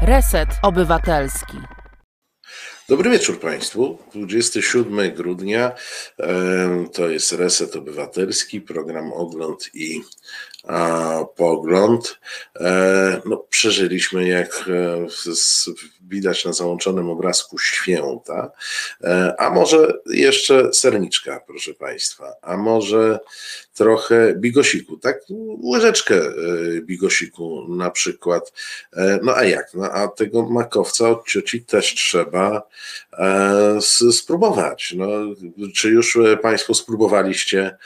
Reset Obywatelski. Dobry wieczór Państwu. 27 grudnia to jest Reset Obywatelski, program Ogląd i Pogląd. Przeżyliśmy, jak widać na załączonym obrazku, święta, a może jeszcze serniczka, proszę Państwa, a może trochę bigosiku, tak? Łyżeczkę bigosiku na przykład. No a jak? No a tego makowca od cioci też trzeba spróbować. No, czy już Państwo spróbowaliście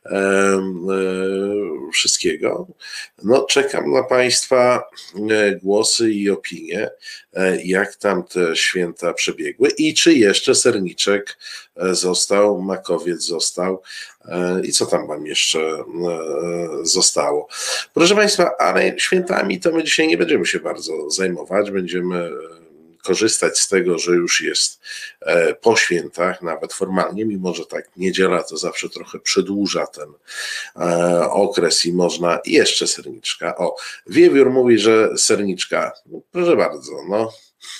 wszystkiego? No, czekam na Państwa głosy i opinie, jak tam te święta przebiegły i czy jeszcze serniczek został, makowiec został i co tam wam jeszcze zostało. Proszę Państwa, ale świętami to my dzisiaj nie będziemy się bardzo zajmować, będziemy korzystać z tego, że już jest po świętach, nawet formalnie, mimo że tak niedziela to zawsze trochę przedłuża ten okres i można jeszcze serniczka. O, Wiewiór mówi, że serniczka. No, proszę bardzo, no.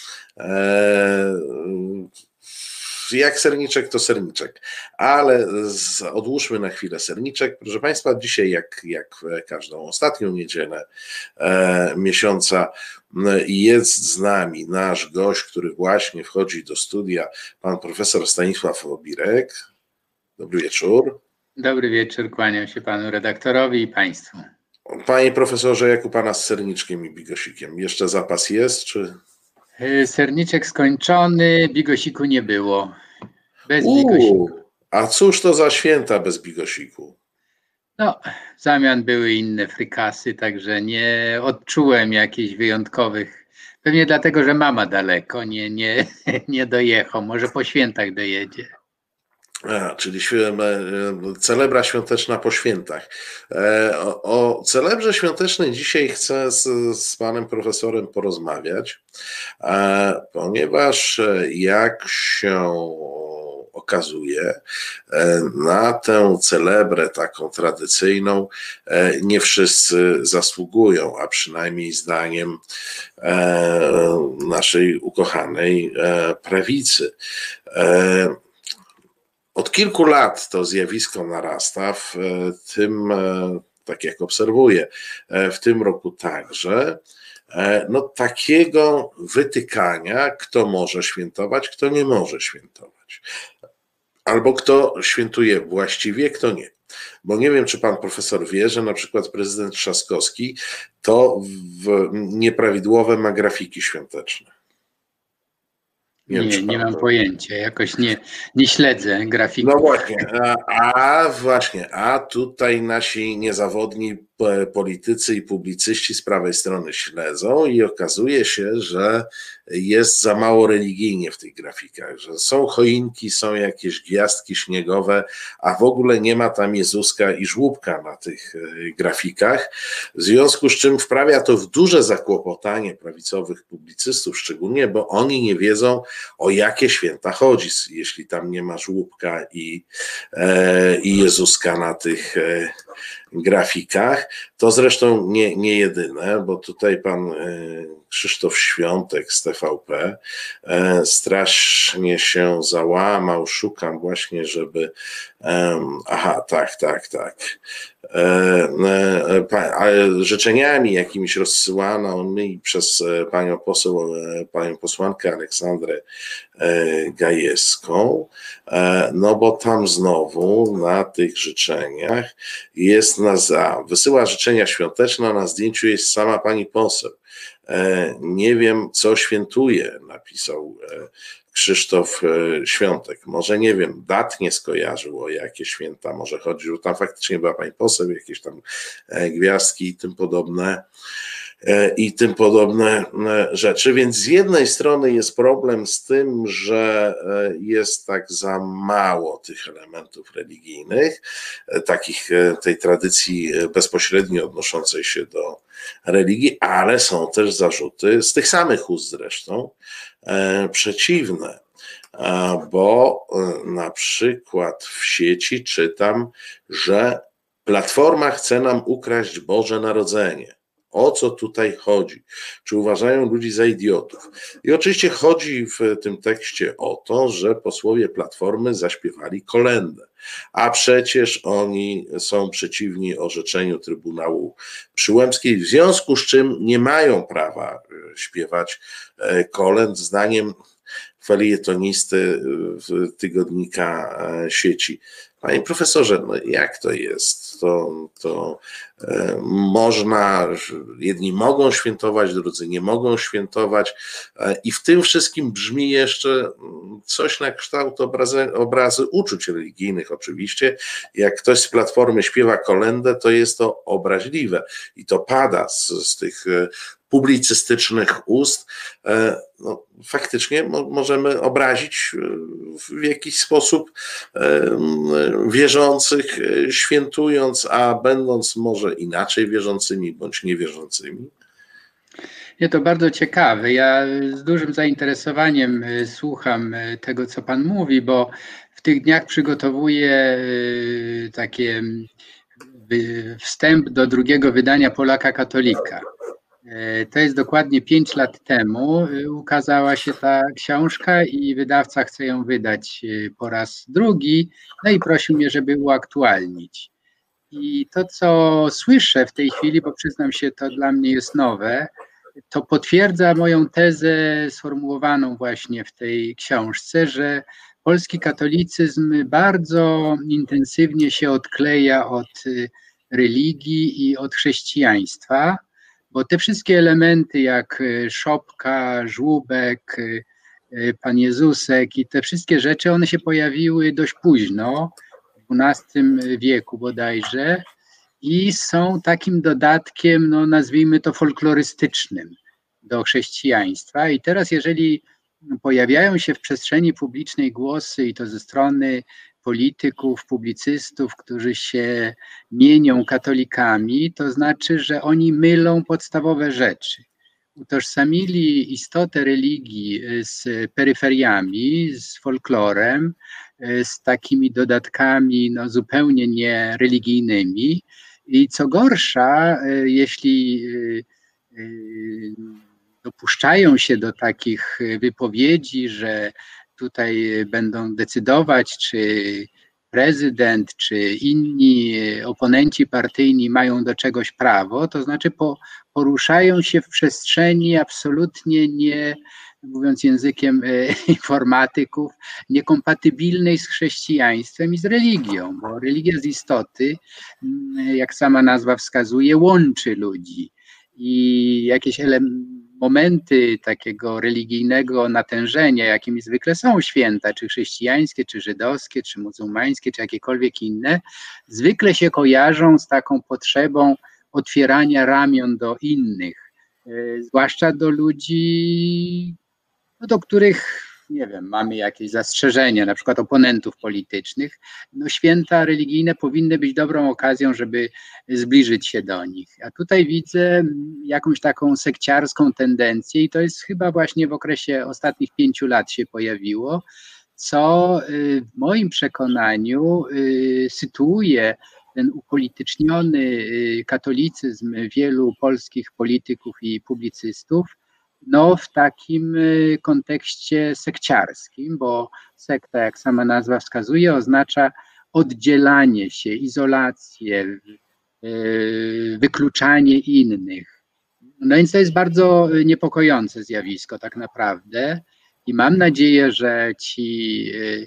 Jak serniczek, to serniczek. Ale odłóżmy na chwilę serniczek. Proszę Państwa, dzisiaj jak każdą ostatnią niedzielę miesiąca jest z nami nasz gość, który właśnie wchodzi do studia, pan profesor Stanisław Obirek. Dobry wieczór. Dobry wieczór, kłaniam się panu redaktorowi i państwu. Panie profesorze, jak u pana z serniczkiem i bigosikiem? Jeszcze zapas jest, czy... Serniczek skończony, bigosiku nie było. Bez bigosiku. A cóż to za święta bez bigosiku? No, w zamian były inne frykasy, także nie odczułem jakichś wyjątkowych. Pewnie dlatego, że mama daleko, nie dojechał. Może po świętach dojedzie. Czyli celebra świąteczna po świętach. O celebrze świątecznej dzisiaj chcę z panem profesorem porozmawiać, ponieważ jak się okazuje, na tę celebrę taką tradycyjną nie wszyscy zasługują, a przynajmniej zdaniem naszej ukochanej prawicy. Od kilku lat to zjawisko narasta, w tym, tak jak obserwuję, w tym roku także, no takiego wytykania, kto może świętować, kto nie może świętować. Albo kto świętuje właściwie, kto nie. Bo nie wiem, czy pan profesor wie, że na przykład prezydent Trzaskowski to nieprawidłowe ma grafiki świąteczne. Nie mam pojęcia, jakoś nie śledzę grafików. No właśnie, a tutaj nasi niezawodni politycy i publicyści z prawej strony śledzą i okazuje się, że jest za mało religijnie w tych grafikach, że są choinki, są jakieś gwiazdki śniegowe, a w ogóle nie ma tam Jezuska i żłóbka na tych grafikach, w związku z czym wprawia to w duże zakłopotanie prawicowych publicystów szczególnie, bo oni nie wiedzą, o jakie święta chodzi, jeśli tam nie ma żłóbka i Jezuska na tych grafikach. To zresztą nie jedyne, bo tutaj pan Krzysztof Świątek z TVP strasznie się załamał, szukam właśnie, żeby... życzeniami jakimiś rozsyłano mi przez panią posłankę Aleksandrę Gajewską, no bo tam znowu na tych życzeniach jest wysyła życzenia świąteczne, na zdjęciu jest sama pani poseł. Nie wiem, co świętuje, napisał Krzysztof Świątek. Może nie wiem, dat nie skojarzył, o jakie święta może chodzi, że tam faktycznie była pani poseł, jakieś tam gwiazdki i tym podobne rzeczy. Więc z jednej strony jest problem z tym, że jest tak za mało tych elementów religijnych, tej tradycji bezpośrednio odnoszącej się do religii, ale są też zarzuty, z tych samych ust zresztą, przeciwne. Bo na przykład w sieci czytam, że Platforma chce nam ukraść Boże Narodzenie. O co tutaj chodzi? Czy uważają ludzi za idiotów? I oczywiście chodzi w tym tekście o to, że posłowie Platformy zaśpiewali kolędę, a przecież oni są przeciwni orzeczeniu Trybunału Przyłębskiej, w związku z czym nie mają prawa śpiewać kolęd, zdaniem felietonisty tygodnika Sieci. Panie profesorze, no jak to jest? To można, jedni mogą świętować, drudzy nie mogą świętować i w tym wszystkim brzmi jeszcze coś na kształt obrazy uczuć religijnych oczywiście. Jak ktoś z Platformy śpiewa kolędę, to jest to obraźliwe i to pada z tych publicystycznych ust. No, faktycznie możemy obrazić w jakiś sposób wierzących, świętując, a będąc może inaczej wierzącymi bądź niewierzącymi. Nie, to bardzo ciekawe. Ja z dużym zainteresowaniem słucham tego, co Pan mówi, bo w tych dniach przygotowuję takie wstęp do drugiego wydania Polaka Katolika. To jest dokładnie 5 lat temu ukazała się ta książka i wydawca chce ją wydać po raz drugi, no i prosił mnie, żeby uaktualnić. I to, co słyszę w tej chwili, bo przyznam się, to dla mnie jest nowe, to potwierdza moją tezę sformułowaną właśnie w tej książce, że polski katolicyzm bardzo intensywnie się odkleja od religii i od chrześcijaństwa, bo te wszystkie elementy jak szopka, żłóbek, Pan Jezusek i te wszystkie rzeczy, one się pojawiły dość późno, w XII wieku bodajże, i są takim dodatkiem, no nazwijmy to folklorystycznym do chrześcijaństwa. I teraz jeżeli pojawiają się w przestrzeni publicznej głosy i to ze strony polityków, publicystów, którzy się mienią katolikami, to znaczy, że oni mylą podstawowe rzeczy. Utożsamili istotę religii z peryferiami, z folklorem, z takimi dodatkami no, zupełnie niereligijnymi. I co gorsza, jeśli dopuszczają się do takich wypowiedzi, że tutaj będą decydować, czy prezydent, czy inni oponenci partyjni mają do czegoś prawo, to znaczy poruszają się w przestrzeni absolutnie nie, mówiąc językiem informatyków, niekompatybilnej z chrześcijaństwem i z religią, bo religia z istoty, jak sama nazwa wskazuje, łączy ludzi i jakieś momenty takiego religijnego natężenia, jakimi zwykle są święta, czy chrześcijańskie, czy żydowskie, czy muzułmańskie, czy jakiekolwiek inne, zwykle się kojarzą z taką potrzebą otwierania ramion do innych, zwłaszcza do ludzi, no, do których, nie wiem, mamy jakieś zastrzeżenia, na przykład oponentów politycznych. No, święta religijne powinny być dobrą okazją, żeby zbliżyć się do nich. A tutaj widzę jakąś taką sekciarską tendencję i to jest chyba właśnie w okresie ostatnich 5 lat się pojawiło, co w moim przekonaniu sytuuje ten upolityczniony katolicyzm wielu polskich polityków i publicystów no, w takim kontekście sekciarskim, bo sekta, jak sama nazwa wskazuje, oznacza oddzielanie się, izolację, wykluczanie innych. No więc to jest bardzo niepokojące zjawisko tak naprawdę i mam nadzieję, że ci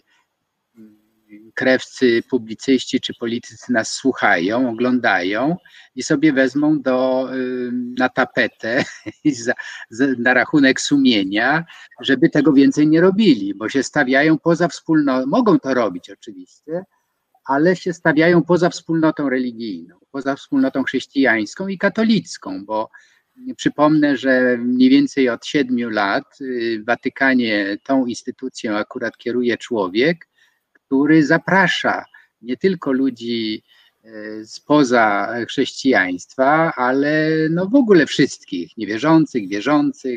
krewcy publicyści czy politycy nas słuchają, oglądają i sobie wezmą na tapetę na rachunek sumienia, żeby tego więcej nie robili, bo się stawiają poza wspólnotą, mogą to robić oczywiście, ale się stawiają poza wspólnotą religijną, poza wspólnotą chrześcijańską i katolicką, bo przypomnę, że mniej więcej od 7 lat w Watykanie tą instytucją akurat kieruje człowiek, który zaprasza nie tylko ludzi spoza chrześcijaństwa, ale no w ogóle wszystkich, niewierzących, wierzących,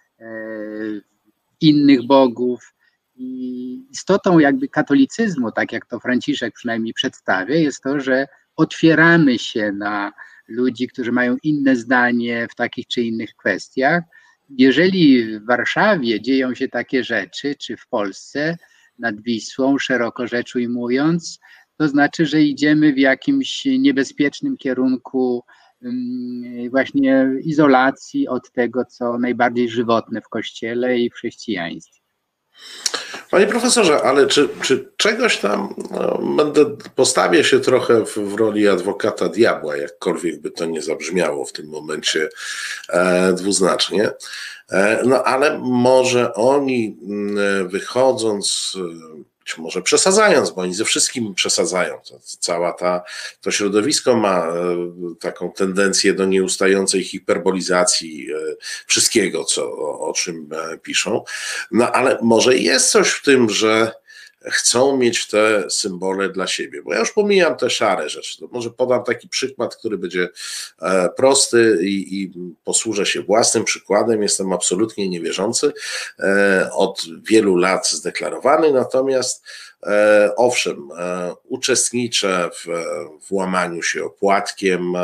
innych bogów. I istotą jakby katolicyzmu, tak jak to Franciszek przynajmniej przedstawia, jest to, że otwieramy się na ludzi, którzy mają inne zdanie w takich czy innych kwestiach. Jeżeli w Warszawie dzieją się takie rzeczy, czy w Polsce, nad Wisłą, szeroko rzecz ujmując, to znaczy, że idziemy w jakimś niebezpiecznym kierunku właśnie izolacji od tego, co najbardziej żywotne w Kościele i w chrześcijaństwie. Panie profesorze, ale czy czegoś tam, postawię się trochę w roli adwokata diabła, jakkolwiek by to nie zabrzmiało w tym momencie dwuznacznie, no ale może oni wychodząc, być może przesadzając, bo oni ze wszystkim przesadzają. To środowisko ma taką tendencję do nieustającej hiperbolizacji wszystkiego, o czym piszą. No ale może jest coś w tym, że chcą mieć te symbole dla siebie, bo ja już pomijam te szare rzeczy. To może podam taki przykład, który będzie prosty i posłużę się własnym przykładem. Jestem absolutnie niewierzący, od wielu lat zdeklarowany, natomiast owszem, uczestniczę w łamaniu się opłatkiem,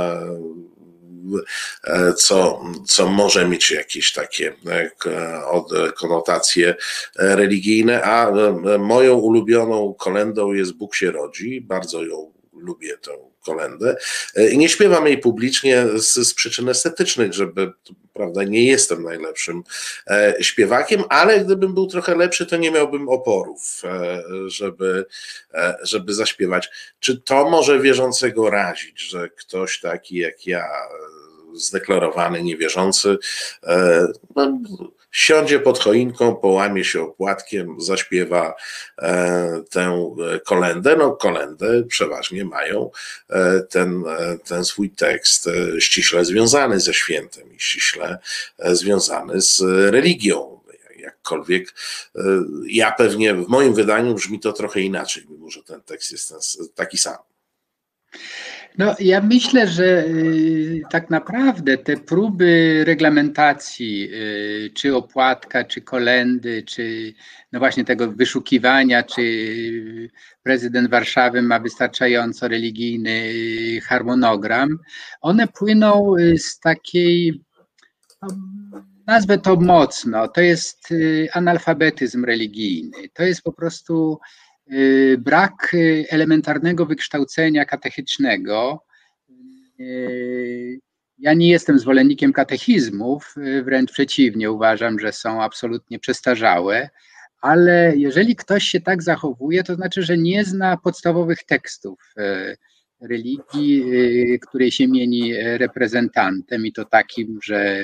co może mieć jakieś takie konotacje religijne, a moją ulubioną kolendą jest Bóg się rodzi, bardzo ją lubię, tę kolendę. I nie śpiewam jej publicznie z przyczyn estetycznych, prawda, nie jestem najlepszym śpiewakiem, ale gdybym był trochę lepszy, to nie miałbym oporów, żeby zaśpiewać. Czy to może wierzącego razić, że ktoś taki jak ja, zdeklarowany niewierzący, siądzie pod choinką, połamie się opłatkiem, zaśpiewa tę kolendę. No kolendę przeważnie mają ten swój tekst ściśle związany ze świętem i ściśle związany z religią. Jakkolwiek ja pewnie w moim wydaniu brzmi to trochę inaczej, mimo że ten tekst jest taki sam. No, ja myślę, że tak naprawdę te próby reglamentacji, czy opłatka, czy kolendy, czy no właśnie tego wyszukiwania, czy prezydent Warszawy ma wystarczająco religijny harmonogram, one płyną z takiej, no, nazwę to mocno, to jest analfabetyzm religijny, to jest po prostu brak elementarnego wykształcenia katechetycznego. Ja nie jestem zwolennikiem katechizmów, wręcz przeciwnie, uważam, że są absolutnie przestarzałe, ale jeżeli ktoś się tak zachowuje, to znaczy, że nie zna podstawowych tekstów religii, której się mieni reprezentantem i to takim, że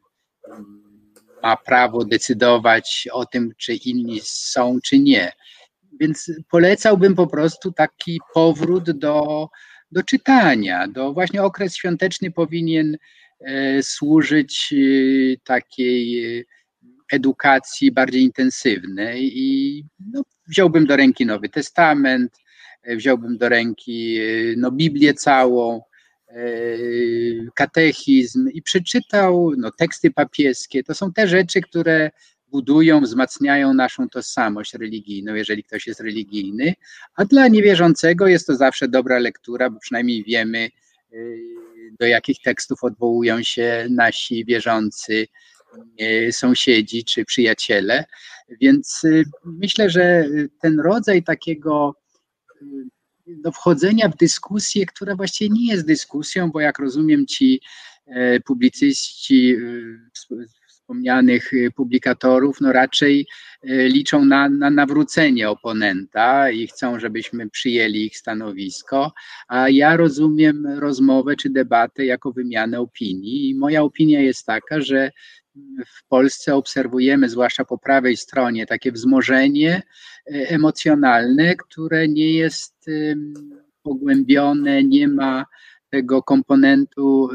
ma prawo decydować o tym, czy inni są, czy nie. Więc polecałbym po prostu taki powrót do czytania, właśnie okres świąteczny powinien służyć takiej edukacji bardziej intensywnej i no, wziąłbym do ręki Nowy Testament, wziąłbym do ręki Biblię całą, katechizm i przeczytał teksty papieskie. To są te rzeczy, które budują, wzmacniają naszą tożsamość religijną, jeżeli ktoś jest religijny, a dla niewierzącego jest to zawsze dobra lektura, bo przynajmniej wiemy, do jakich tekstów odwołują się nasi wierzący sąsiedzi czy przyjaciele. Więc myślę, że ten rodzaj takiego wchodzenia w dyskusję, która właściwie nie jest dyskusją, bo jak rozumiem, ci publicyści wspomnianych publikatorów raczej liczą na nawrócenie oponenta i chcą, żebyśmy przyjęli ich stanowisko, a ja rozumiem rozmowę czy debatę jako wymianę opinii i moja opinia jest taka, że w Polsce obserwujemy, zwłaszcza po prawej stronie, takie wzmożenie emocjonalne, które nie jest pogłębione, nie ma tego komponentu,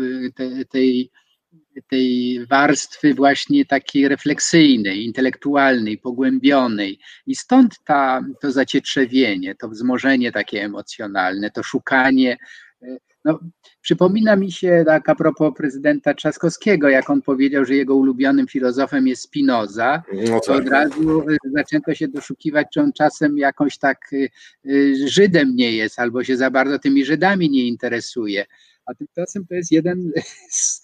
tej warstwy właśnie takiej refleksyjnej, intelektualnej, pogłębionej. I stąd to zacietrzewienie, to wzmożenie takie emocjonalne, to szukanie. Przypomina mi się tak a propos prezydenta Trzaskowskiego, jak on powiedział, że jego ulubionym filozofem jest Spinoza, to od razu zaczęto się doszukiwać, czy on czasem jakąś tak Żydem nie jest, albo się za bardzo tymi Żydami nie interesuje. a tymczasem to jest jeden z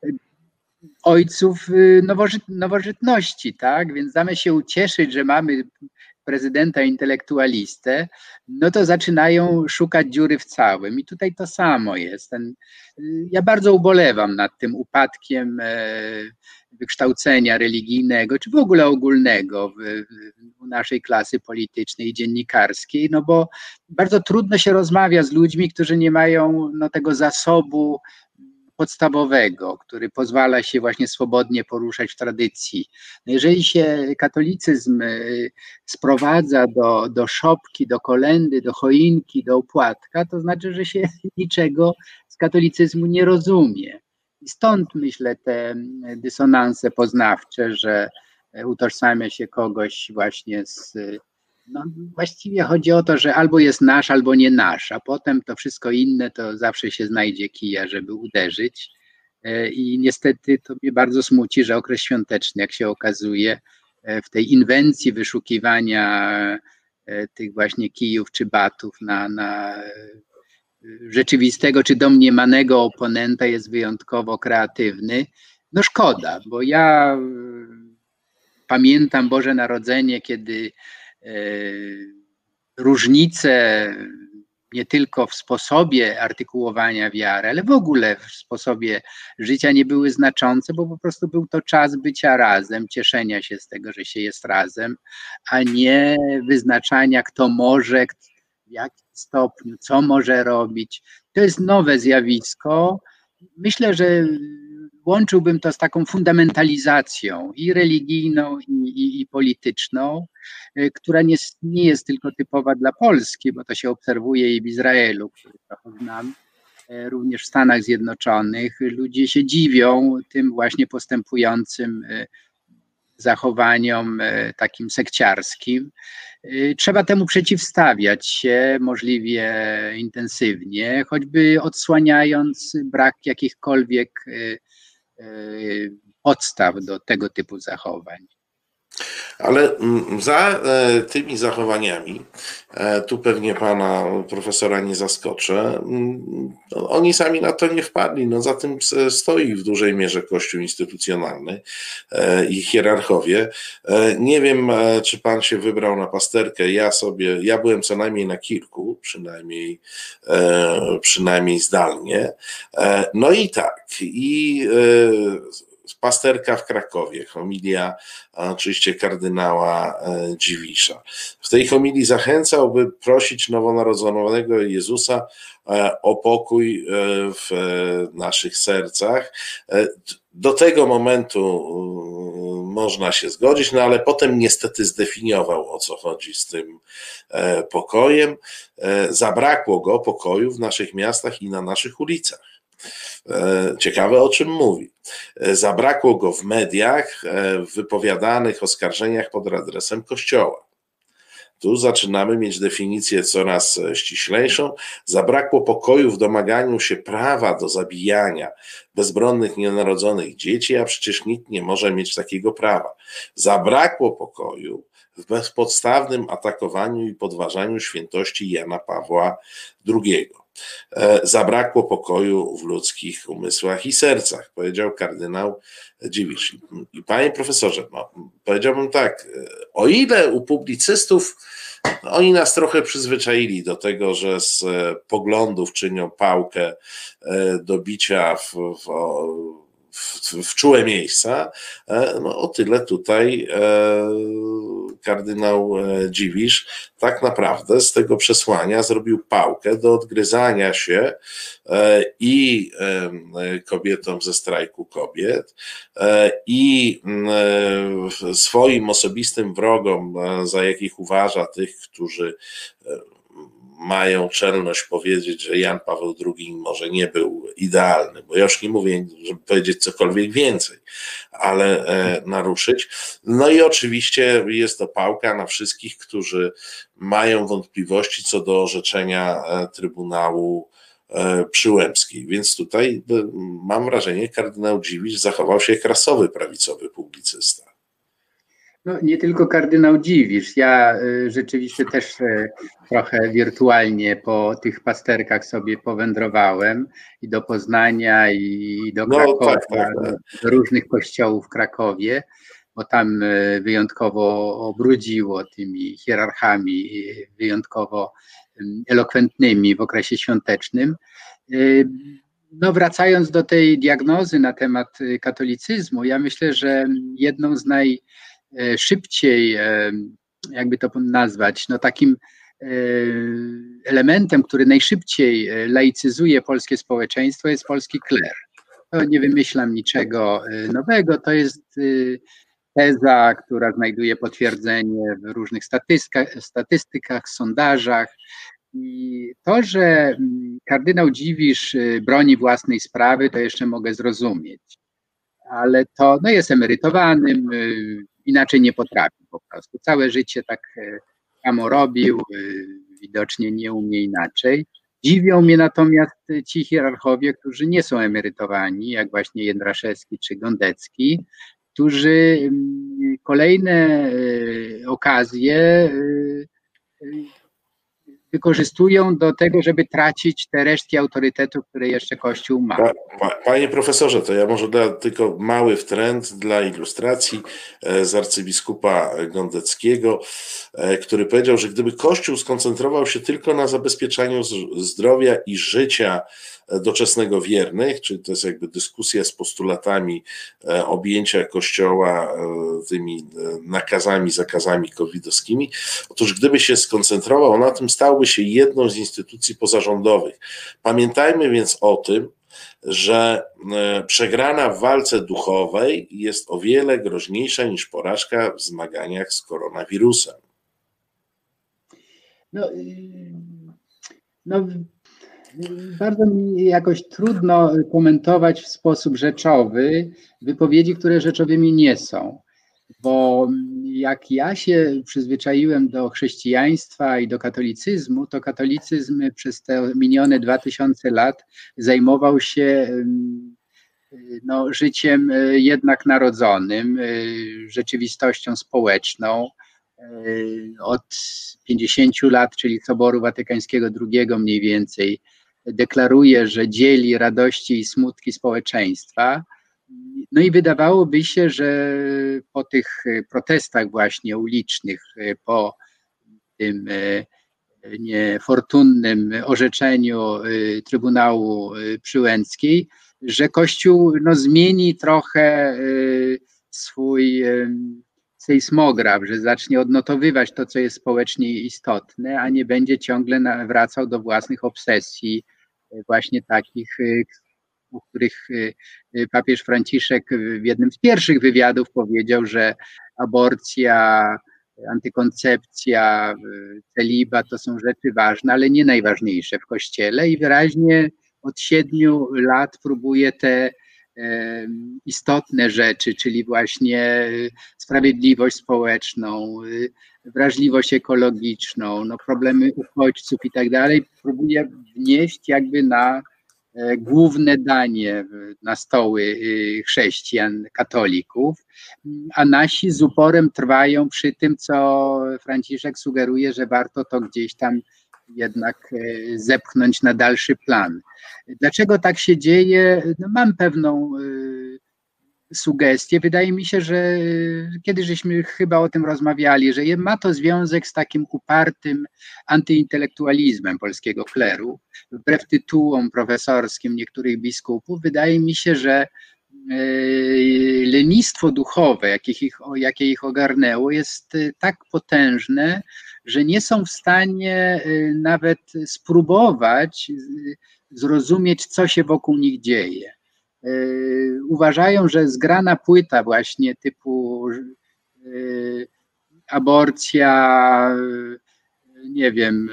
ojców nowożytności, tak? Więc zamiast się ucieszyć, że mamy prezydenta intelektualistę, no to zaczynają szukać dziury w całym. I tutaj to samo jest. Ja bardzo ubolewam nad tym upadkiem wykształcenia religijnego, czy w ogóle ogólnego w naszej klasy politycznej i dziennikarskiej, no bo bardzo trudno się rozmawia z ludźmi, którzy nie mają tego zasobu podstawowego, który pozwala się właśnie swobodnie poruszać w tradycji. No jeżeli się katolicyzm sprowadza do szopki, do kolędy, do choinki, do opłatka, to znaczy, że się niczego z katolicyzmu nie rozumie. I stąd myślę te dysonanse poznawcze, że utożsamia się kogoś właśnie z... No, właściwie chodzi o to, że albo jest nasz, albo nie nasz, a potem to wszystko inne to zawsze się znajdzie kija, żeby uderzyć. I niestety to mnie bardzo smuci, że okres świąteczny, jak się okazuje, w tej inwencji wyszukiwania tych właśnie kijów czy batów na rzeczywistego czy domniemanego oponenta jest wyjątkowo kreatywny. No szkoda, bo ja pamiętam Boże Narodzenie, kiedy różnice nie tylko w sposobie artykułowania wiary, ale w ogóle w sposobie życia nie były znaczące, bo po prostu był to czas bycia razem, cieszenia się z tego, że się jest razem, a nie wyznaczania, kto może, w jakim stopniu, co może robić. To jest nowe zjawisko. Myślę, że łączyłbym to z taką fundamentalizacją i religijną, i polityczną, która nie jest tylko typowa dla Polski, bo to się obserwuje i w Izraelu, który trochę znam, również w Stanach Zjednoczonych. Ludzie się dziwią tym właśnie postępującym zachowaniom takim sekciarskim. Trzeba temu przeciwstawiać się możliwie intensywnie, choćby odsłaniając brak jakichkolwiek podstaw do tego typu zachowań. Ale za tymi zachowaniami, tu pewnie pana profesora nie zaskoczę, oni sami na to nie wpadli. No za tym stoi w dużej mierze Kościół instytucjonalny i hierarchowie. Nie wiem, czy pan się wybrał na pasterkę. Ja byłem co najmniej na kilku, przynajmniej zdalnie. No i tak, pasterka w Krakowie, homilia oczywiście kardynała Dziwisza. W tej homilii zachęcał, by prosić nowonarodzonego Jezusa o pokój w naszych sercach. Do tego momentu można się zgodzić, no ale potem niestety zdefiniował, o co chodzi z tym pokojem. Zabrakło go pokoju w naszych miastach i na naszych ulicach. Ciekawe, o czym mówi. Zabrakło go w mediach, w wypowiadanych oskarżeniach pod adresem Kościoła. Tu zaczynamy mieć definicję coraz ściślejszą. Zabrakło pokoju w domaganiu się prawa do zabijania bezbronnych, nienarodzonych dzieci, a przecież nikt nie może mieć takiego prawa. Zabrakło pokoju w bezpodstawnym atakowaniu i podważaniu świętości Jana Pawła II. Zabrakło pokoju w ludzkich umysłach i sercach, powiedział kardynał Dziwisz. I panie profesorze, no, powiedziałbym tak, o ile u publicystów oni nas trochę przyzwyczaili do tego, że z poglądów czynią pałkę do bicia w czułe miejsca, no o tyle tutaj kardynał Dziwisz tak naprawdę z tego przesłania zrobił pałkę do odgryzania się i kobietom ze strajku kobiet, i swoim osobistym wrogom, za jakich uważa tych, którzy mają czelność powiedzieć, że Jan Paweł II może nie był idealny, bo ja już nie mówię, żeby powiedzieć cokolwiek więcej, ale naruszyć. No i oczywiście jest to pałka na wszystkich, którzy mają wątpliwości co do orzeczenia Trybunału Przyłębskiej. Więc tutaj mam wrażenie, kardynał Dziwisz zachował się jak rasowy prawicowy publicysta. No, nie tylko kardynał Dziwisz. Ja rzeczywiście też trochę wirtualnie po tych pasterkach sobie powędrowałem i do Poznania, i do No Krakowa, tak, tak, tak. do różnych kościołów w Krakowie, bo tam wyjątkowo obrudziło tymi hierarchami wyjątkowo elokwentnymi w okresie świątecznym. No, wracając do tej diagnozy na temat katolicyzmu, ja myślę, że jedną z najszybciej, jakby to nazwać, no takim elementem, który najszybciej laicyzuje polskie społeczeństwo, jest polski kler. To nie wymyślam niczego nowego, to jest teza, która znajduje potwierdzenie w różnych statystykach, sondażach. I to, że kardynał Dziwisz broni własnej sprawy, to jeszcze mogę zrozumieć, ale to no jest emerytowanym, inaczej nie potrafi po prostu. Całe życie tak samo robił, widocznie nie umie inaczej. Dziwią mnie natomiast ci hierarchowie, którzy nie są emerytowani, jak właśnie Jędraszewski czy Gondecki, którzy kolejne okazje wykorzystują do tego, żeby tracić te resztki autorytetu, które jeszcze Kościół ma. Panie profesorze, to ja może tylko mały wtręt dla ilustracji z arcybiskupa Gondeckiego, który powiedział, że gdyby Kościół skoncentrował się tylko na zabezpieczaniu zdrowia i życia doczesnego wiernych, czyli to jest jakby dyskusja z postulatami objęcia Kościoła tymi nakazami, zakazami covidowskimi. Otóż gdyby się skoncentrował na tym, stałby się jedną z instytucji pozarządowych. Pamiętajmy więc o tym, że przegrana w walce duchowej jest o wiele groźniejsza niż porażka w zmaganiach z koronawirusem. No, bardzo mi jakoś trudno komentować w sposób rzeczowy wypowiedzi, które rzeczowymi nie są, bo jak ja się przyzwyczaiłem do chrześcijaństwa i do katolicyzmu, to katolicyzm przez te minione 2000 lat zajmował się no, życiem jednak narodzonym, rzeczywistością społeczną. Od 50 lat, czyli Soboru Watykańskiego II mniej więcej, deklaruje, że dzieli radości i smutki społeczeństwa. No i wydawałoby się, że po tych protestach właśnie ulicznych, po tym niefortunnym orzeczeniu Trybunału Przyłęckiej, że Kościół no, zmieni trochę swój sejsmograf, że zacznie odnotowywać to, co jest społecznie istotne, a nie będzie ciągle wracał do własnych obsesji, właśnie takich, o których papież Franciszek w jednym z pierwszych wywiadów powiedział, że aborcja, antykoncepcja, celibat to są rzeczy ważne, ale nie najważniejsze w Kościele i wyraźnie od 7 lat próbuje te istotne rzeczy, czyli właśnie sprawiedliwość społeczną, wrażliwość ekologiczną, no problemy uchodźców i tak dalej, próbuje wnieść jakby na główne danie na stoły chrześcijan, katolików, a nasi z uporem trwają przy tym, co Franciszek sugeruje, że warto to gdzieś tam jednak zepchnąć na dalszy plan. Dlaczego tak się dzieje? No, mam pewną sugestię. Wydaje mi się, że kiedyś żeśmy chyba o tym rozmawiali, że ma to związek z takim upartym antyintelektualizmem polskiego kleru. Wbrew tytułom profesorskim niektórych biskupów, wydaje mi się, że lenistwo duchowe, jakie ich ogarnęło, jest tak potężne, że nie są w stanie nawet spróbować zrozumieć, co się wokół nich dzieje. Uważają, że zgrana płyta właśnie typu aborcja, nie wiem,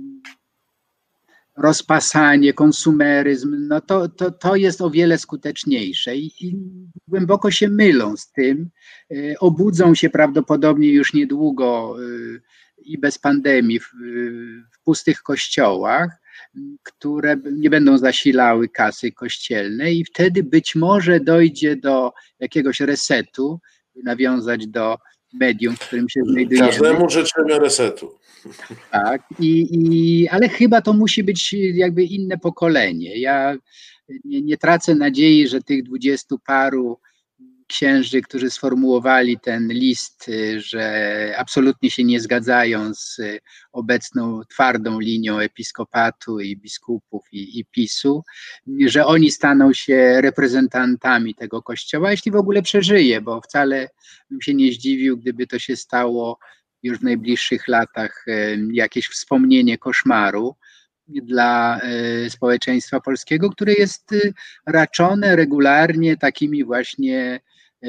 rozpasanie, konsumeryzm, no to jest o wiele skuteczniejsze i głęboko się mylą z tym. Obudzą się prawdopodobnie już niedługo i bez pandemii w pustych kościołach, które nie będą zasilały kasy kościelnej i wtedy być może dojdzie do jakiegoś resetu, nawiązać do medium, w którym się znajdujemy. Każdemu życzymy resetu. Tak, ale chyba to musi być jakby inne pokolenie. Ja nie tracę nadziei, że tych 20 paru księży, którzy sformułowali ten list, że absolutnie się nie zgadzają z obecną twardą linią episkopatu i biskupów i PiS-u, że oni staną się reprezentantami tego kościoła, jeśli w ogóle przeżyje, bo wcale bym się nie zdziwił, gdyby to się stało już w najbliższych latach jakieś wspomnienie koszmaru dla społeczeństwa polskiego, które jest raczone regularnie takimi właśnie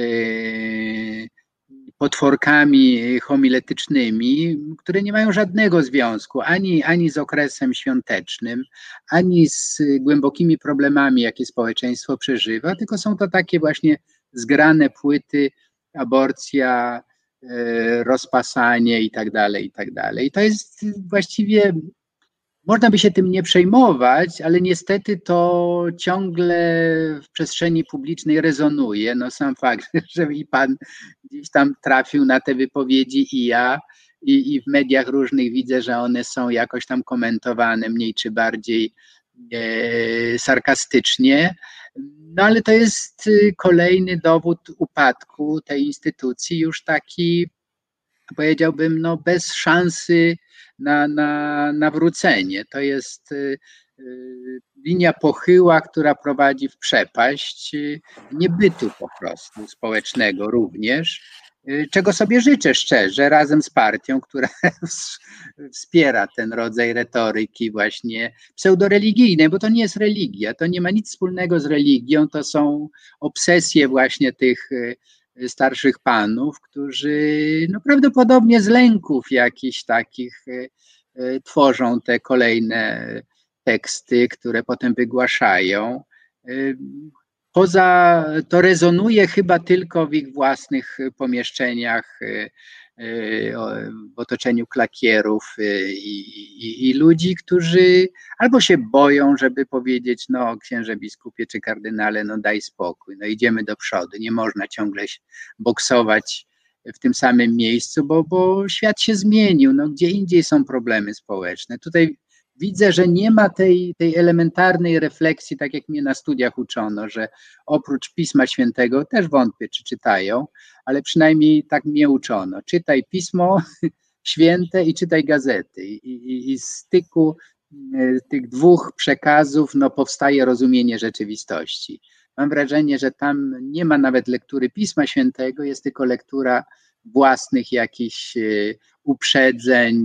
potworkami homiletycznymi, które nie mają żadnego związku ani z okresem świątecznym, ani z głębokimi problemami, jakie społeczeństwo przeżywa, tylko są to takie właśnie zgrane płyty, aborcja, rozpasanie i tak dalej, i tak dalej. I to jest właściwie, można by się tym nie przejmować, ale niestety to ciągle w przestrzeni publicznej rezonuje. No sam fakt, że i pan gdzieś tam trafił na te wypowiedzi i ja, i w mediach różnych widzę, że one są jakoś tam komentowane mniej czy bardziej sarkastycznie. No ale to jest kolejny dowód upadku tej instytucji, już taki, powiedziałbym, no bez szansy na nawrócenie. To jest linia pochyła, która prowadzi w przepaść niebytu po prostu społecznego również, czego sobie życzę szczerze, razem z partią, która wspiera ten rodzaj retoryki właśnie pseudoreligijnej, bo to nie jest religia, to nie ma nic wspólnego z religią, to są obsesje właśnie tych starszych panów, którzy no prawdopodobnie z lęków jakichś takich tworzą te kolejne teksty, które potem wygłaszają. To rezonuje chyba tylko w ich własnych pomieszczeniach, w otoczeniu klakierów i ludzi, którzy albo się boją, żeby powiedzieć, no księże biskupie czy kardynale, no daj spokój, no idziemy do przodu, nie można ciągle boksować w tym samym miejscu, bo świat się zmienił, no gdzie indziej są problemy społeczne. Tutaj widzę, że nie ma tej elementarnej refleksji, tak jak mnie na studiach uczono, że oprócz Pisma Świętego, też wątpię, czy czytają, ale przynajmniej tak mnie uczono. Czytaj Pismo Święte i czytaj gazety. I z styku tych dwóch przekazów no, powstaje rozumienie rzeczywistości. Mam wrażenie, że tam nie ma nawet lektury Pisma Świętego, jest tylko lektura własnych jakichś uprzedzeń,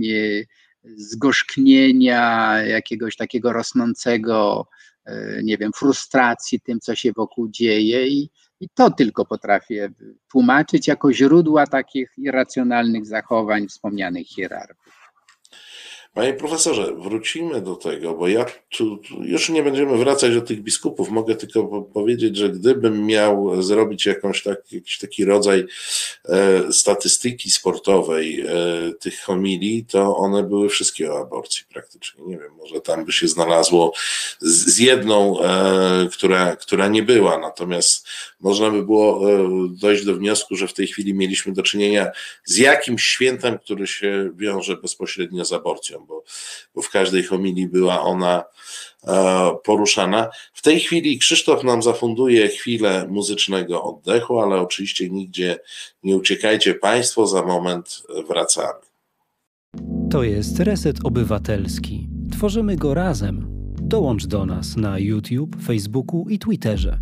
zgorzknienia, jakiegoś takiego rosnącego, nie wiem, frustracji tym, co się wokół dzieje i to tylko potrafię tłumaczyć jako źródła takich irracjonalnych zachowań wspomnianych hierarchów. Panie profesorze, wrócimy do tego, bo ja tu już nie będziemy wracać do tych biskupów. Mogę tylko powiedzieć, że gdybym miał zrobić jakiś taki rodzaj statystyki sportowej tych homilii, to one były wszystkie o aborcji praktycznie. Nie wiem, może tam by się znalazło z jedną, która nie była, natomiast można by było dojść do wniosku, że w tej chwili mieliśmy do czynienia z jakimś świętem, który się wiąże bezpośrednio z aborcją, bo w każdej homilii była ona poruszana. W tej chwili Krzysztof nam zafunduje chwilę muzycznego oddechu, ale oczywiście nigdzie nie uciekajcie Państwo, za moment wracamy. To jest Reset Obywatelski. Tworzymy go razem. Dołącz do nas na YouTube, Facebooku i Twitterze.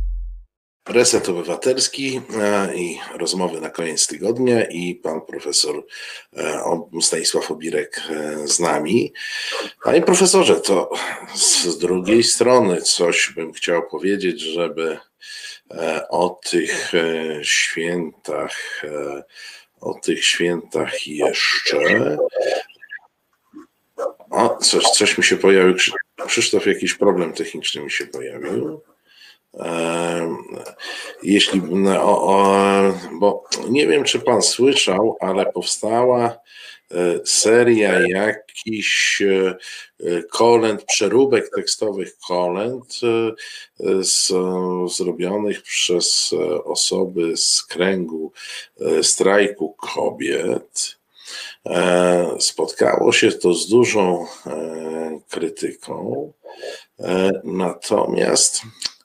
Reset Obywatelski i rozmowy na koniec tygodnia i pan profesor Stanisław Obirek z nami. Panie profesorze, to z drugiej strony coś bym chciał powiedzieć, żeby o tych świętach jeszcze... O, coś mi się pojawił. Krzysztof, jakiś problem techniczny mi się pojawił. Bo nie wiem, czy pan słyszał, ale powstała seria jakichś kolęd, przeróbek tekstowych kolęd zrobionych przez osoby z kręgu strajku kobiet. Spotkało się to z dużą krytyką, natomiast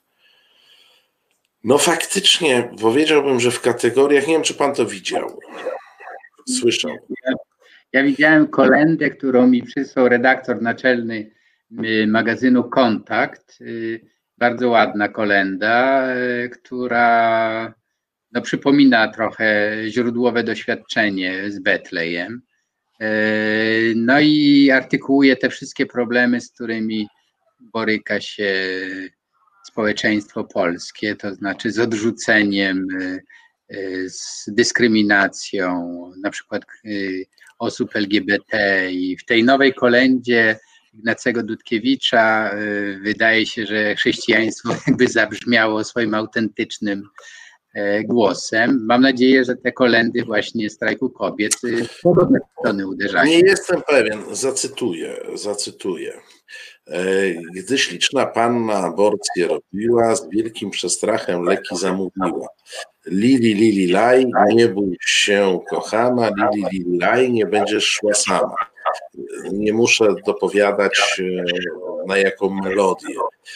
no faktycznie powiedziałbym, że w kategoriach, nie wiem, czy pan to widział, słyszał. Ja widziałem kolędę, którą mi przysłał redaktor naczelny magazynu Kontakt. Bardzo ładna kolęda, która no, przypomina trochę źródłowe doświadczenie z Betlejem. No i artykułuje te wszystkie problemy, z którymi boryka się społeczeństwo polskie, to znaczy z odrzuceniem, z dyskryminacją na przykład osób LGBT. I w tej nowej kolędzie Ignacego Dudkiewicza wydaje się, że chrześcijaństwo jakby zabrzmiało swoim autentycznym głosem. Mam nadzieję, że te kolędy właśnie strajku kobiet w podobne strony uderzają. Nie jestem pewien, zacytuję. Gdy śliczna panna aborcję robiła, z wielkim przestrachem leki zamówiła. Lili, lili, laj, nie bój się kochana, lili, lili, laj, nie będziesz szła sama. Nie muszę dopowiadać, na jaką melodię.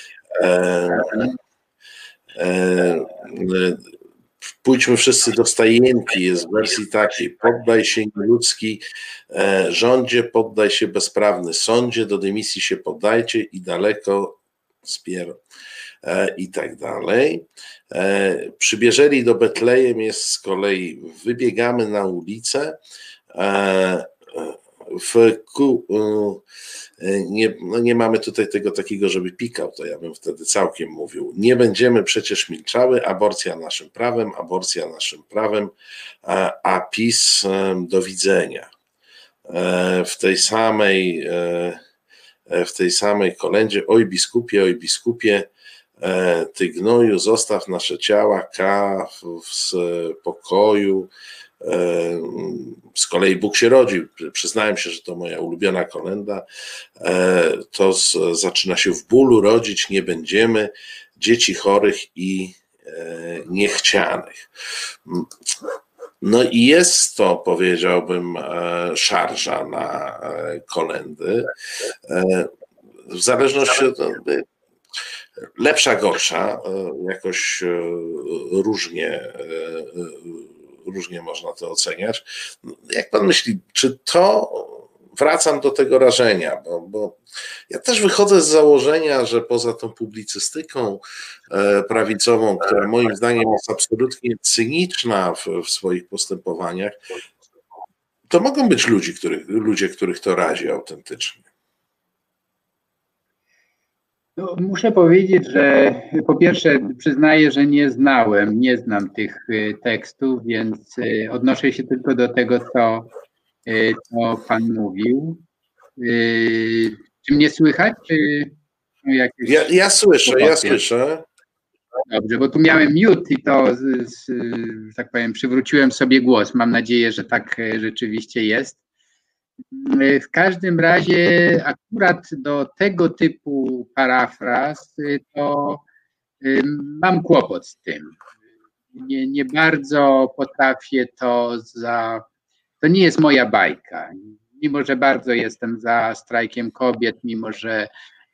Pójdźmy wszyscy do stajenki, jest w wersji takiej: poddaj się nieludzki rządzie, poddaj się bezprawny sądzie, do dymisji się poddajcie i daleko spier i tak dalej. Przybierzeli do Betlejem jest z kolei: wybiegamy na ulicę, nie mamy tutaj tego takiego, żeby pikał, to ja bym wtedy całkiem mówił. Nie będziemy przecież milczały, aborcja naszym prawem, a PiS do widzenia. W tej samej kolędzie: oj biskupie, ty gnoju, zostaw nasze ciała, w spokoju. Z kolei Bóg się rodził. Przyznałem się, że to moja ulubiona kolęda. To zaczyna się: w bólu rodzić nie będziemy dzieci chorych i niechcianych. No i jest to, powiedziałbym, szarża na kolędy. W zależności od lepsza, gorsza, jakoś różnie można to oceniać. Jak pan myśli, czy to, wracam do tego rażenia, bo ja też wychodzę z założenia, że poza tą publicystyką prawicową, która moim zdaniem jest absolutnie cyniczna w swoich postępowaniach, to mogą być ludzie, których to razi autentycznie. No, muszę powiedzieć, że po pierwsze przyznaję, że nie znam tych tekstów, więc odnoszę się tylko do tego, co pan mówił. Czy mnie słychać? Czy ja słyszę. Dobrze, bo tu miałem mute i to, że tak powiem, przywróciłem sobie głos. Mam nadzieję, że tak rzeczywiście jest. W każdym razie akurat do tego typu parafraz to mam kłopot z tym. Nie bardzo potrafię to nie jest moja bajka. Mimo że bardzo jestem za strajkiem kobiet, mimo że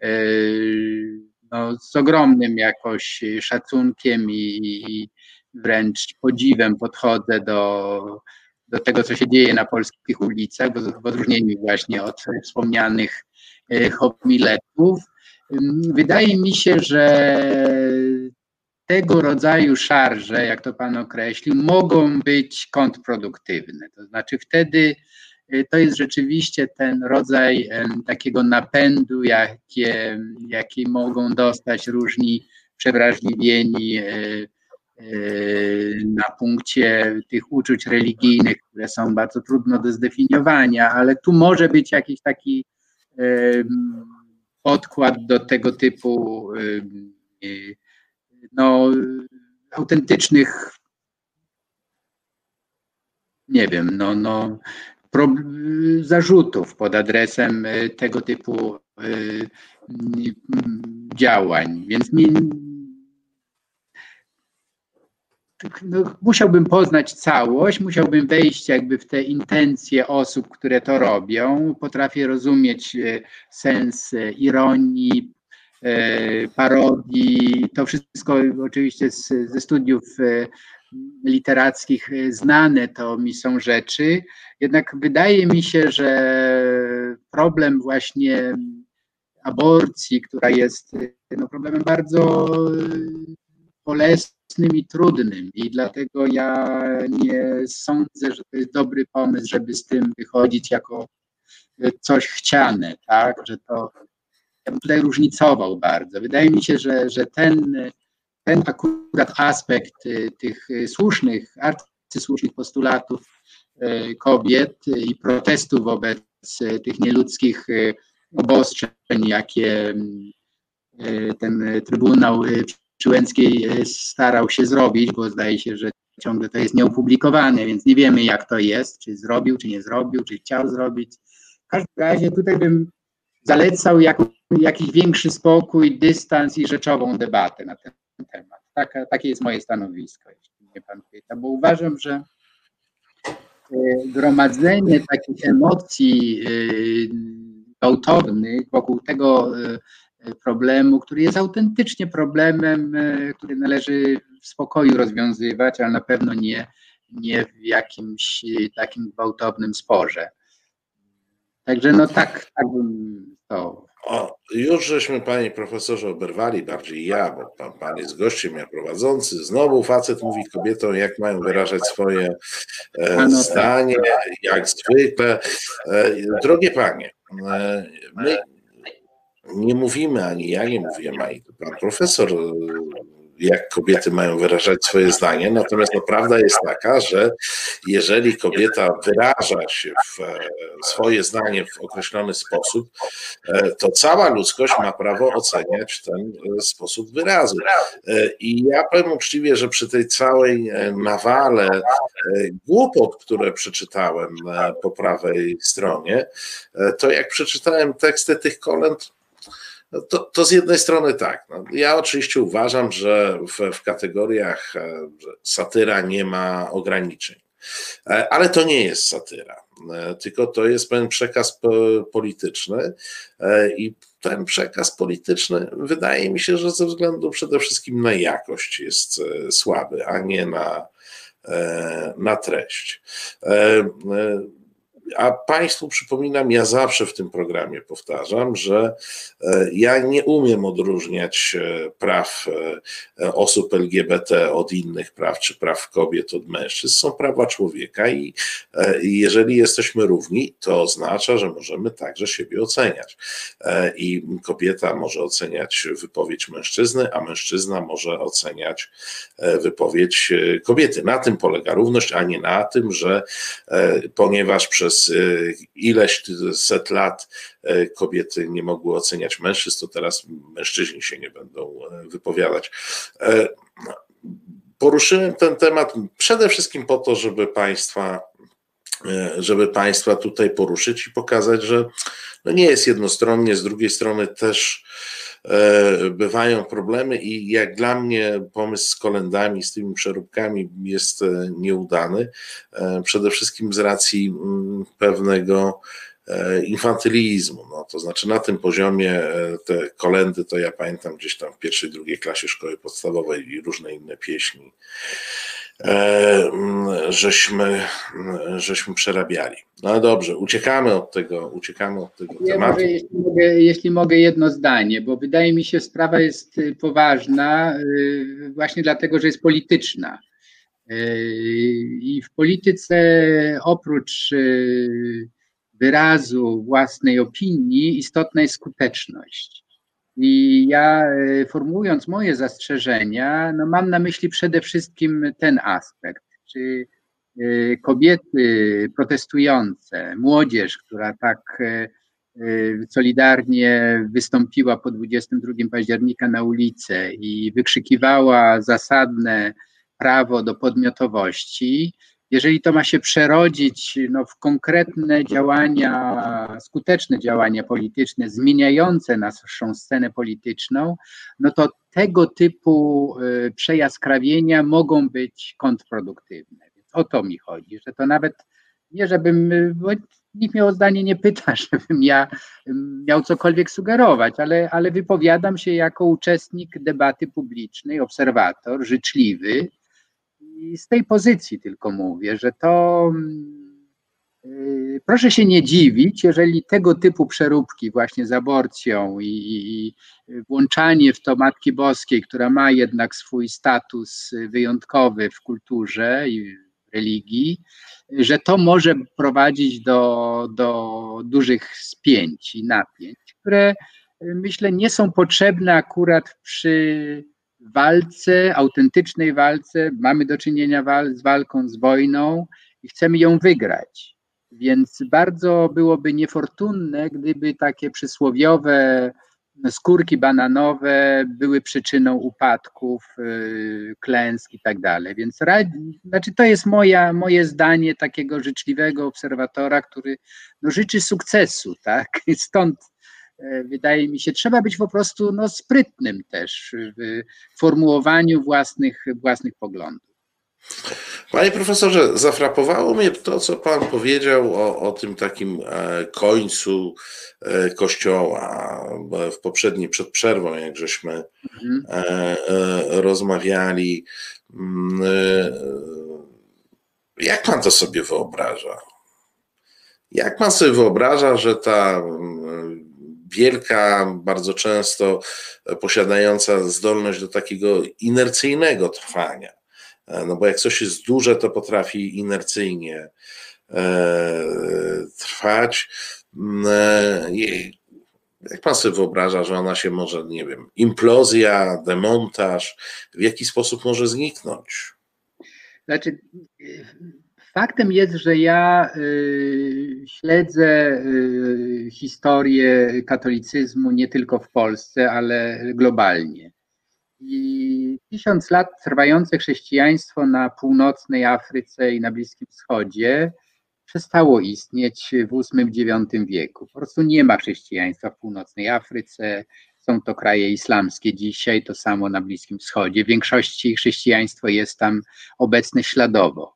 no, z ogromnym jakoś szacunkiem i wręcz podziwem podchodzę do tego, co się dzieje na polskich ulicach, bo w odróżnieniu właśnie od wspomnianych homiletów, wydaje mi się, że tego rodzaju szarże, jak to pan określił, mogą być kontrproduktywne. To znaczy wtedy to jest rzeczywiście ten rodzaj takiego napędu, jaki mogą dostać różni przewrażliwieni na punkcie tych uczuć religijnych, które są bardzo trudno do zdefiniowania, ale tu może być jakiś taki podkład do tego typu no, autentycznych, nie wiem, zarzutów pod adresem tego typu działań, więc musiałbym poznać całość, musiałbym wejść jakby w te intencje osób, które to robią. Potrafię rozumieć sens ironii, parodii. To wszystko oczywiście ze studiów literackich znane to mi są rzeczy. Jednak wydaje mi się, że problem właśnie aborcji, która jest problemem bardzo bolesnym i trudnym, i dlatego ja nie sądzę, że to jest dobry pomysł, żeby z tym wychodzić jako coś chciane, tak, że to, ja bym tutaj różnicował bardzo. Wydaje mi się, że ten akurat aspekt tych słusznych, arcysłusznych postulatów kobiet i protestów wobec tych nieludzkich obostrzeń, jakie ten Trybunał Przyłębskiej starał się zrobić, bo zdaje się, że ciągle to jest nieopublikowane, więc nie wiemy, jak to jest, czy zrobił, czy nie zrobił, czy chciał zrobić. W każdym razie tutaj bym zalecał jakiś większy spokój, dystans i rzeczową debatę na ten temat. Takie jest moje stanowisko, jeśli mnie pan pyta, bo uważam, że gromadzenie takich emocji gwałtownych wokół tego problemu, który jest autentycznie problemem, który należy w spokoju rozwiązywać, ale na pewno nie w jakimś takim gwałtownym sporze. Także tak bym to... Już żeśmy, panie profesorze, oberwali, bardziej ja, bo pan jest gościem, ja prowadzący. Znowu facet mówi kobietom, jak mają wyrażać swoje zdanie, jak zwykle. Drogie panie, my nie mówimy, ani ja nie mówię, ani pan profesor, jak kobiety mają wyrażać swoje zdanie, natomiast prawda jest taka, że jeżeli kobieta wyraża się swoje zdanie w określony sposób, to cała ludzkość ma prawo oceniać ten sposób wyrazu. I ja powiem uczciwie, że przy tej całej nawale głupot, które przeczytałem po prawej stronie, to jak przeczytałem teksty tych kolęd, to z jednej strony tak. Ja oczywiście uważam, że w kategoriach że satyra nie ma ograniczeń. Ale to nie jest satyra, tylko to jest pewien przekaz polityczny i ten przekaz polityczny wydaje mi się, że ze względu przede wszystkim na jakość jest słaby, a nie na treść. A państwu przypominam, ja zawsze w tym programie powtarzam, że ja nie umiem odróżniać praw osób LGBT od innych praw, czy praw kobiet od mężczyzn. Są prawa człowieka i jeżeli jesteśmy równi, to oznacza, że możemy także siebie oceniać. I kobieta może oceniać wypowiedź mężczyzny, a mężczyzna może oceniać wypowiedź kobiety. Na tym polega równość, a nie na tym, że ponieważ przez ileś set lat kobiety nie mogły oceniać mężczyzn, to teraz mężczyźni się nie będą wypowiadać. Poruszyłem ten temat przede wszystkim po to, żeby państwa tutaj poruszyć i pokazać, że nie jest jednostronnie, z drugiej strony też bywają problemy i jak dla mnie pomysł z kolędami, z tymi przeróbkami jest nieudany, przede wszystkim z racji pewnego infantylizmu, to znaczy na tym poziomie te kolędy to ja pamiętam gdzieś tam w pierwszej, drugiej klasie szkoły podstawowej i różne inne pieśni żeśmy przerabiali. No dobrze, uciekamy od tego tematu. Jeśli mogę jedno zdanie, bo wydaje mi się, sprawa jest poważna właśnie dlatego, że jest polityczna. I w polityce oprócz wyrazu własnej opinii istotna jest skuteczność. I ja formułując moje zastrzeżenia, mam na myśli przede wszystkim ten aspekt, czy kobiety protestujące, młodzież, która tak solidarnie wystąpiła po 22 października na ulicę i wykrzykiwała zasadne prawo do podmiotowości, jeżeli to ma się przerodzić w konkretne działania, skuteczne działania polityczne, zmieniające naszą scenę polityczną, no to tego typu przejaskrawienia mogą być kontrproduktywne. Więc o to mi chodzi, że to nawet nie żebym, bo nikt mnie o zdanie nie pyta, żebym ja miał cokolwiek sugerować, ale wypowiadam się jako uczestnik debaty publicznej, obserwator, życzliwy. I z tej pozycji tylko mówię, że to proszę się nie dziwić, jeżeli tego typu przeróbki właśnie z aborcją i włączanie w to Matki Boskiej, która ma jednak swój status wyjątkowy w kulturze i religii, że to może prowadzić do dużych spięć i napięć, które myślę nie są potrzebne akurat przy walce, autentycznej walce. Mamy do czynienia z walką, z wojną i chcemy ją wygrać. Więc bardzo byłoby niefortunne, gdyby takie przysłowiowe skórki bananowe były przyczyną upadków, klęsk i tak dalej. Więc to jest moje zdanie takiego życzliwego obserwatora, który życzy sukcesu, tak? Stąd wydaje mi się, trzeba być po prostu sprytnym też w formułowaniu własnych poglądów. Panie profesorze, zafrapowało mnie to, co pan powiedział o tym takim końcu Kościoła przed przerwą, jak żeśmy rozmawiali. Jak pan to sobie wyobraża? Jak pan sobie wyobraża, że ta wielka, bardzo często posiadająca zdolność do takiego inercyjnego trwania, no bo jak coś jest duże, to potrafi inercyjnie trwać. Jak pan sobie wyobraża, że ona się może, nie wiem, implozja, demontaż, w jaki sposób może zniknąć? Znaczy, faktem jest, że ja śledzę historię katolicyzmu nie tylko w Polsce, ale globalnie. I 1000 lat trwające chrześcijaństwo na północnej Afryce i na Bliskim Wschodzie przestało istnieć w VIII-IX wieku. Po prostu nie ma chrześcijaństwa w północnej Afryce, są to kraje islamskie dzisiaj, to samo na Bliskim Wschodzie. W większości chrześcijaństwo jest tam obecne śladowo.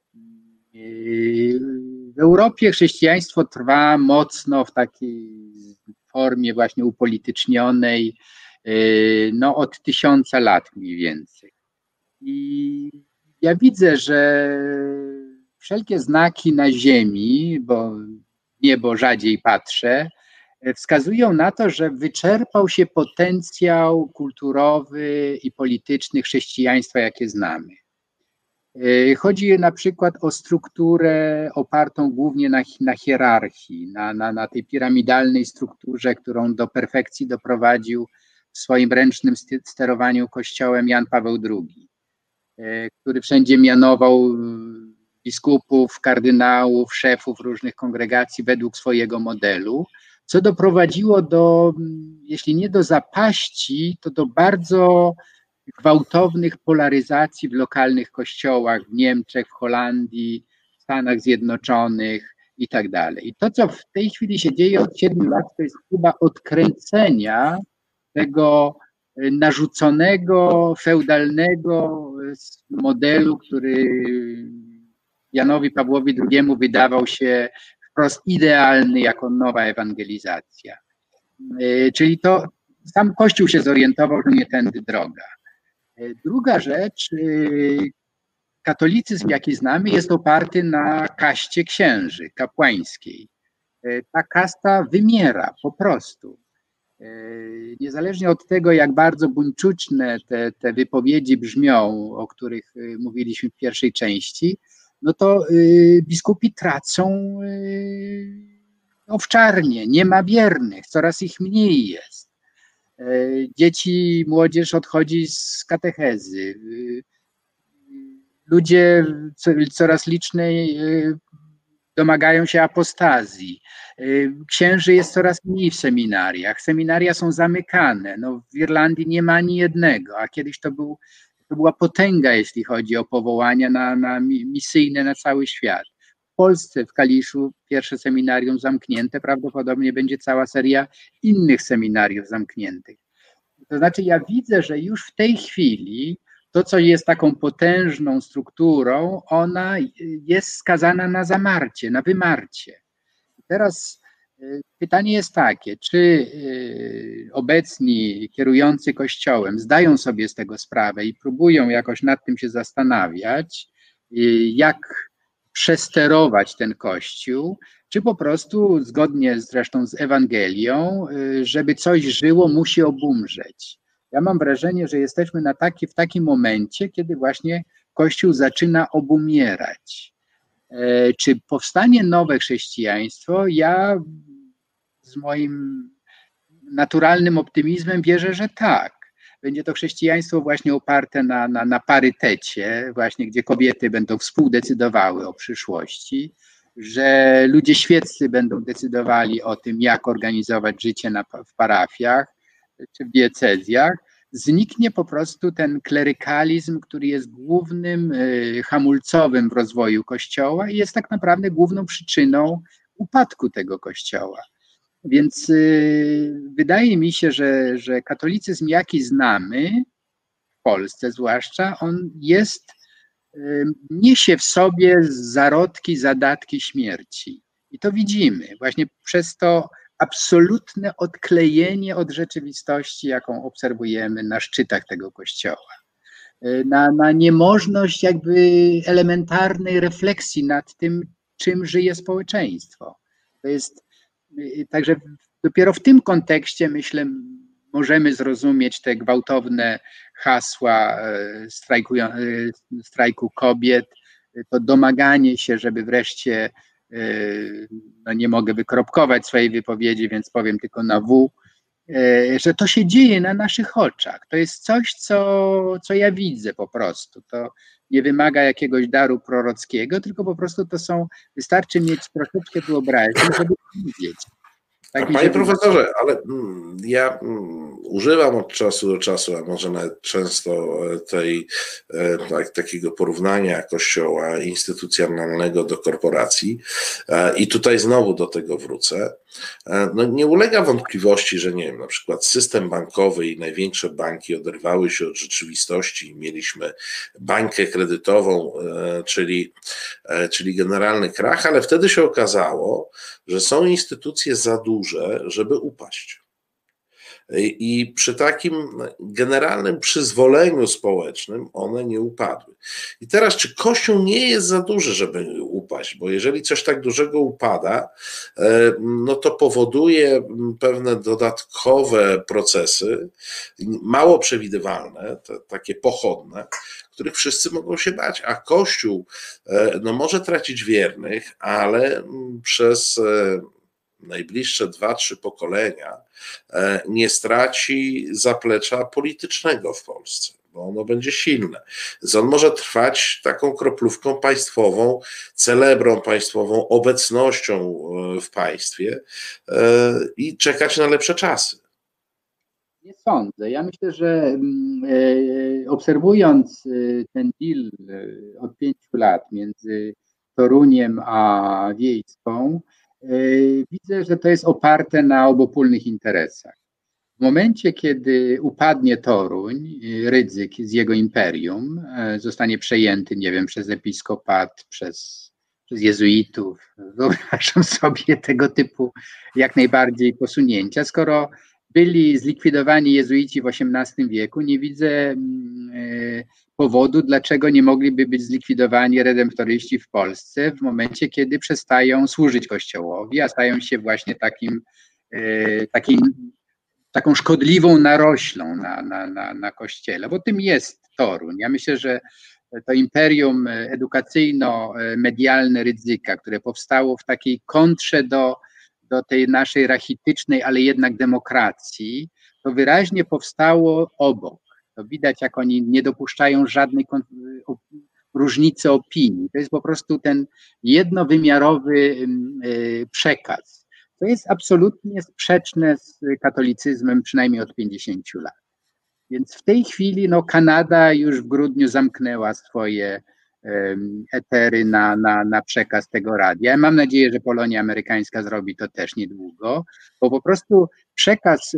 W Europie chrześcijaństwo trwa mocno w takiej formie właśnie upolitycznionej, od 1000 lat mniej więcej. I ja widzę, że wszelkie znaki na ziemi, bo niebo rzadziej patrzę, wskazują na to, że wyczerpał się potencjał kulturowy i polityczny chrześcijaństwa, jakie znamy. Chodzi na przykład o strukturę opartą głównie na hierarchii, na tej piramidalnej strukturze, którą do perfekcji doprowadził w swoim ręcznym sterowaniu Kościołem Jan Paweł II, który wszędzie mianował biskupów, kardynałów, szefów różnych kongregacji według swojego modelu, co doprowadziło do, jeśli nie do zapaści, to do bardzo gwałtownych polaryzacji w lokalnych kościołach w Niemczech, w Holandii, w Stanach Zjednoczonych i tak dalej. I to, co w tej chwili się dzieje od 7 lat, to jest próba odkręcenia tego narzuconego, feudalnego modelu, który Janowi Pawłowi II wydawał się wprost idealny jako nowa ewangelizacja. Czyli to sam Kościół się zorientował, że nie tędy droga. Druga rzecz, katolicyzm, jaki znamy, jest oparty na kaście księży kapłańskiej. Ta kasta wymiera po prostu. Niezależnie od tego, jak bardzo buńczuczne te wypowiedzi brzmią, o których mówiliśmy w pierwszej części, no to biskupi tracą owczarnie, nie ma wiernych, coraz ich mniej jest. Dzieci, młodzież odchodzi z katechezy. Ludzie coraz liczniej domagają się apostazji. Księży jest coraz mniej w seminariach. Seminaria są zamykane. W Irlandii nie ma ani jednego, a kiedyś to to była potęga, jeśli chodzi o powołania misyjne na cały świat. W Polsce, w Kaliszu, pierwsze seminarium zamknięte, prawdopodobnie będzie cała seria innych seminariów zamkniętych. To znaczy ja widzę, że już w tej chwili to, co jest taką potężną strukturą, ona jest skazana na zamarcie, na wymarcie. Teraz pytanie jest takie, czy obecni kierujący Kościołem zdają sobie z tego sprawę i próbują jakoś nad tym się zastanawiać, jak przesterować ten Kościół, czy po prostu zgodnie zresztą z Ewangelią, żeby coś żyło, musi obumrzeć. Ja mam wrażenie, że jesteśmy w takim momencie, kiedy właśnie Kościół zaczyna obumierać. Czy powstanie nowe chrześcijaństwo? Ja z moim naturalnym optymizmem wierzę, że tak. Będzie to chrześcijaństwo właśnie oparte na parytecie, właśnie gdzie kobiety będą współdecydowały o przyszłości, że ludzie świeccy będą decydowali o tym, jak organizować życie w parafiach czy w diecezjach. Zniknie po prostu ten klerykalizm, który jest głównym hamulcowym w rozwoju Kościoła i jest tak naprawdę główną przyczyną upadku tego Kościoła. Więc wydaje mi się, że katolicyzm, jaki znamy, w Polsce zwłaszcza, on niesie w sobie zarodki, zadatki śmierci. I to widzimy właśnie przez to absolutne odklejenie od rzeczywistości, jaką obserwujemy na szczytach tego Kościoła. Na niemożność jakby elementarnej refleksji nad tym, czym żyje społeczeństwo. To jest także dopiero w tym kontekście, myślę, możemy zrozumieć te gwałtowne hasła strajku kobiet, to domaganie się, żeby wreszcie, no nie mogę wykropkować swojej wypowiedzi, więc powiem tylko na W, że to się dzieje na naszych oczach. To jest coś, co ja widzę po prostu. To nie wymaga jakiegoś daru prorockiego, tylko po prostu wystarczy mieć troszeczkę wyobraźni, żeby to widzieć. Panie profesorze, ale ja używam od czasu do czasu, a może nawet często takiego porównania Kościoła instytucjonalnego do korporacji i tutaj znowu do tego wrócę. No nie ulega wątpliwości, że nie wiem, na przykład system bankowy i największe banki oderwały się od rzeczywistości i mieliśmy bańkę kredytową, czyli generalny krach, ale wtedy się okazało, że są instytucje za duże, żeby upaść. I przy takim generalnym przyzwoleniu społecznym one nie upadły. I teraz, czy Kościół nie jest za duży, żeby upaść? Bo jeżeli coś tak dużego upada, no to powoduje pewne dodatkowe procesy, mało przewidywalne, takie pochodne, których wszyscy mogą się bać, a Kościół no, może tracić wiernych, ale przez najbliższe 2-3 pokolenia nie straci zaplecza politycznego w Polsce, bo ono będzie silne. Więc on może trwać taką kroplówką państwową, celebrą państwową, obecnością w państwie i czekać na lepsze czasy. Nie sądzę. Ja myślę, że obserwując ten deal od 5 lat między Toruniem a Wiejską, widzę, że to jest oparte na obopólnych interesach. W momencie, kiedy upadnie Toruń, Rydzyk z jego imperium, zostanie przejęty, nie wiem, przez episkopat, przez jezuitów, wyobrażam sobie tego typu jak najbardziej posunięcia. Skoro byli zlikwidowani jezuici w XVIII wieku, nie widzę powodu, dlaczego nie mogliby być zlikwidowani redemptoryści w Polsce w momencie, kiedy przestają służyć Kościołowi, a stają się właśnie taką szkodliwą naroślą na Kościele, bo tym jest Toruń. Ja myślę, że to imperium edukacyjno-medialne Rydzyka, które powstało w takiej kontrze do tej naszej rachitycznej, ale jednak demokracji, to wyraźnie powstało obok. To widać, jak oni nie dopuszczają żadnej różnicy opinii. To jest po prostu ten jednowymiarowy przekaz. To jest absolutnie sprzeczne z katolicyzmem przynajmniej od 50 lat. Więc w tej chwili no, Kanada już w grudniu zamknęła swoje etery na przekaz tego radia. Mam nadzieję, że Polonia amerykańska zrobi to też niedługo, bo po prostu przekaz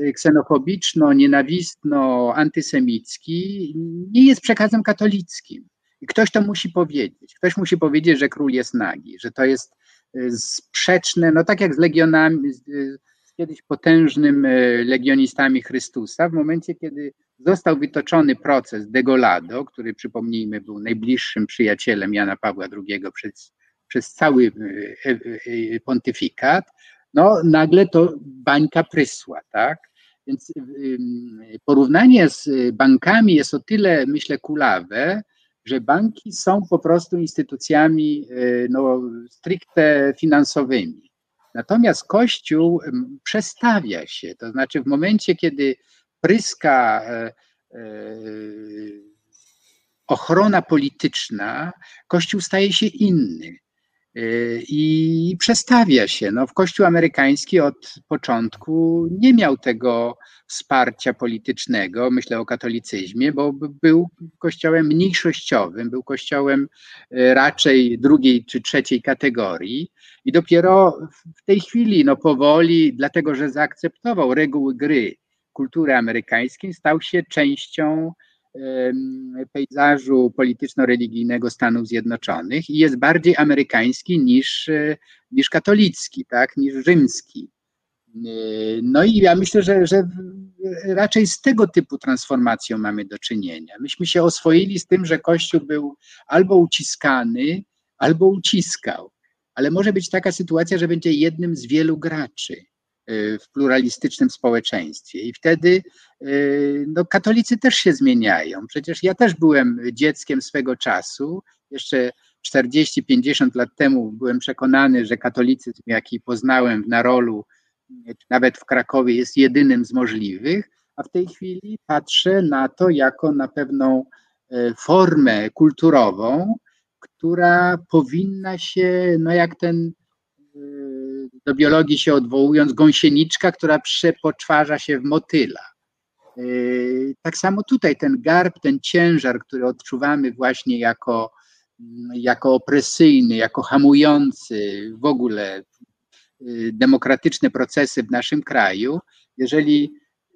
ksenofobiczno-nienawistno-antysemicki nie jest przekazem katolickim. I ktoś to musi powiedzieć. Ktoś musi powiedzieć, że król jest nagi, że to jest sprzeczne, no tak jak z legionami, z kiedyś potężnym legionistami Chrystusa, w momencie, kiedy został wytoczony proces Degolado, który, przypomnijmy, był najbliższym przyjacielem Jana Pawła II przez cały pontyfikat, no nagle to bańka prysła, tak? Więc porównanie z bankami jest o tyle, myślę, kulawe, że banki są po prostu instytucjami no, stricte finansowymi. Natomiast Kościół przestawia się, to znaczy w momencie, kiedy pryska ochrona polityczna, Kościół staje się inny i przestawia się. No, Kościół amerykański od początku nie miał tego wsparcia politycznego, myślę o katolicyzmie, bo był kościołem mniejszościowym, był kościołem raczej drugiej czy trzeciej kategorii i dopiero w tej chwili, no powoli, dlatego że zaakceptował reguły gry kultury amerykańskiej, stał się częścią pejzażu polityczno-religijnego Stanów Zjednoczonych i jest bardziej amerykański niż katolicki, tak, niż rzymski. No i ja myślę, że raczej z tego typu transformacją mamy do czynienia. Myśmy się oswoili z tym, że Kościół był albo uciskany, albo uciskał, ale może być taka sytuacja, że będzie jednym z wielu graczy w pluralistycznym społeczeństwie i wtedy no, katolicy też się zmieniają. Przecież ja też byłem dzieckiem swego czasu, jeszcze 40-50 lat temu byłem przekonany, że katolicyzm, jaki poznałem w Narolu, nawet w Krakowie, jest jedynym z możliwych, a w tej chwili patrzę na to jako na pewną formę kulturową, która powinna się, no jak ten, do biologii się odwołując, gąsieniczka, która przepoczwarza się w motyla. Tak samo tutaj ten garb, ten ciężar, który odczuwamy właśnie jako opresyjny, jako hamujący w ogóle demokratyczne procesy w naszym kraju, jeżeli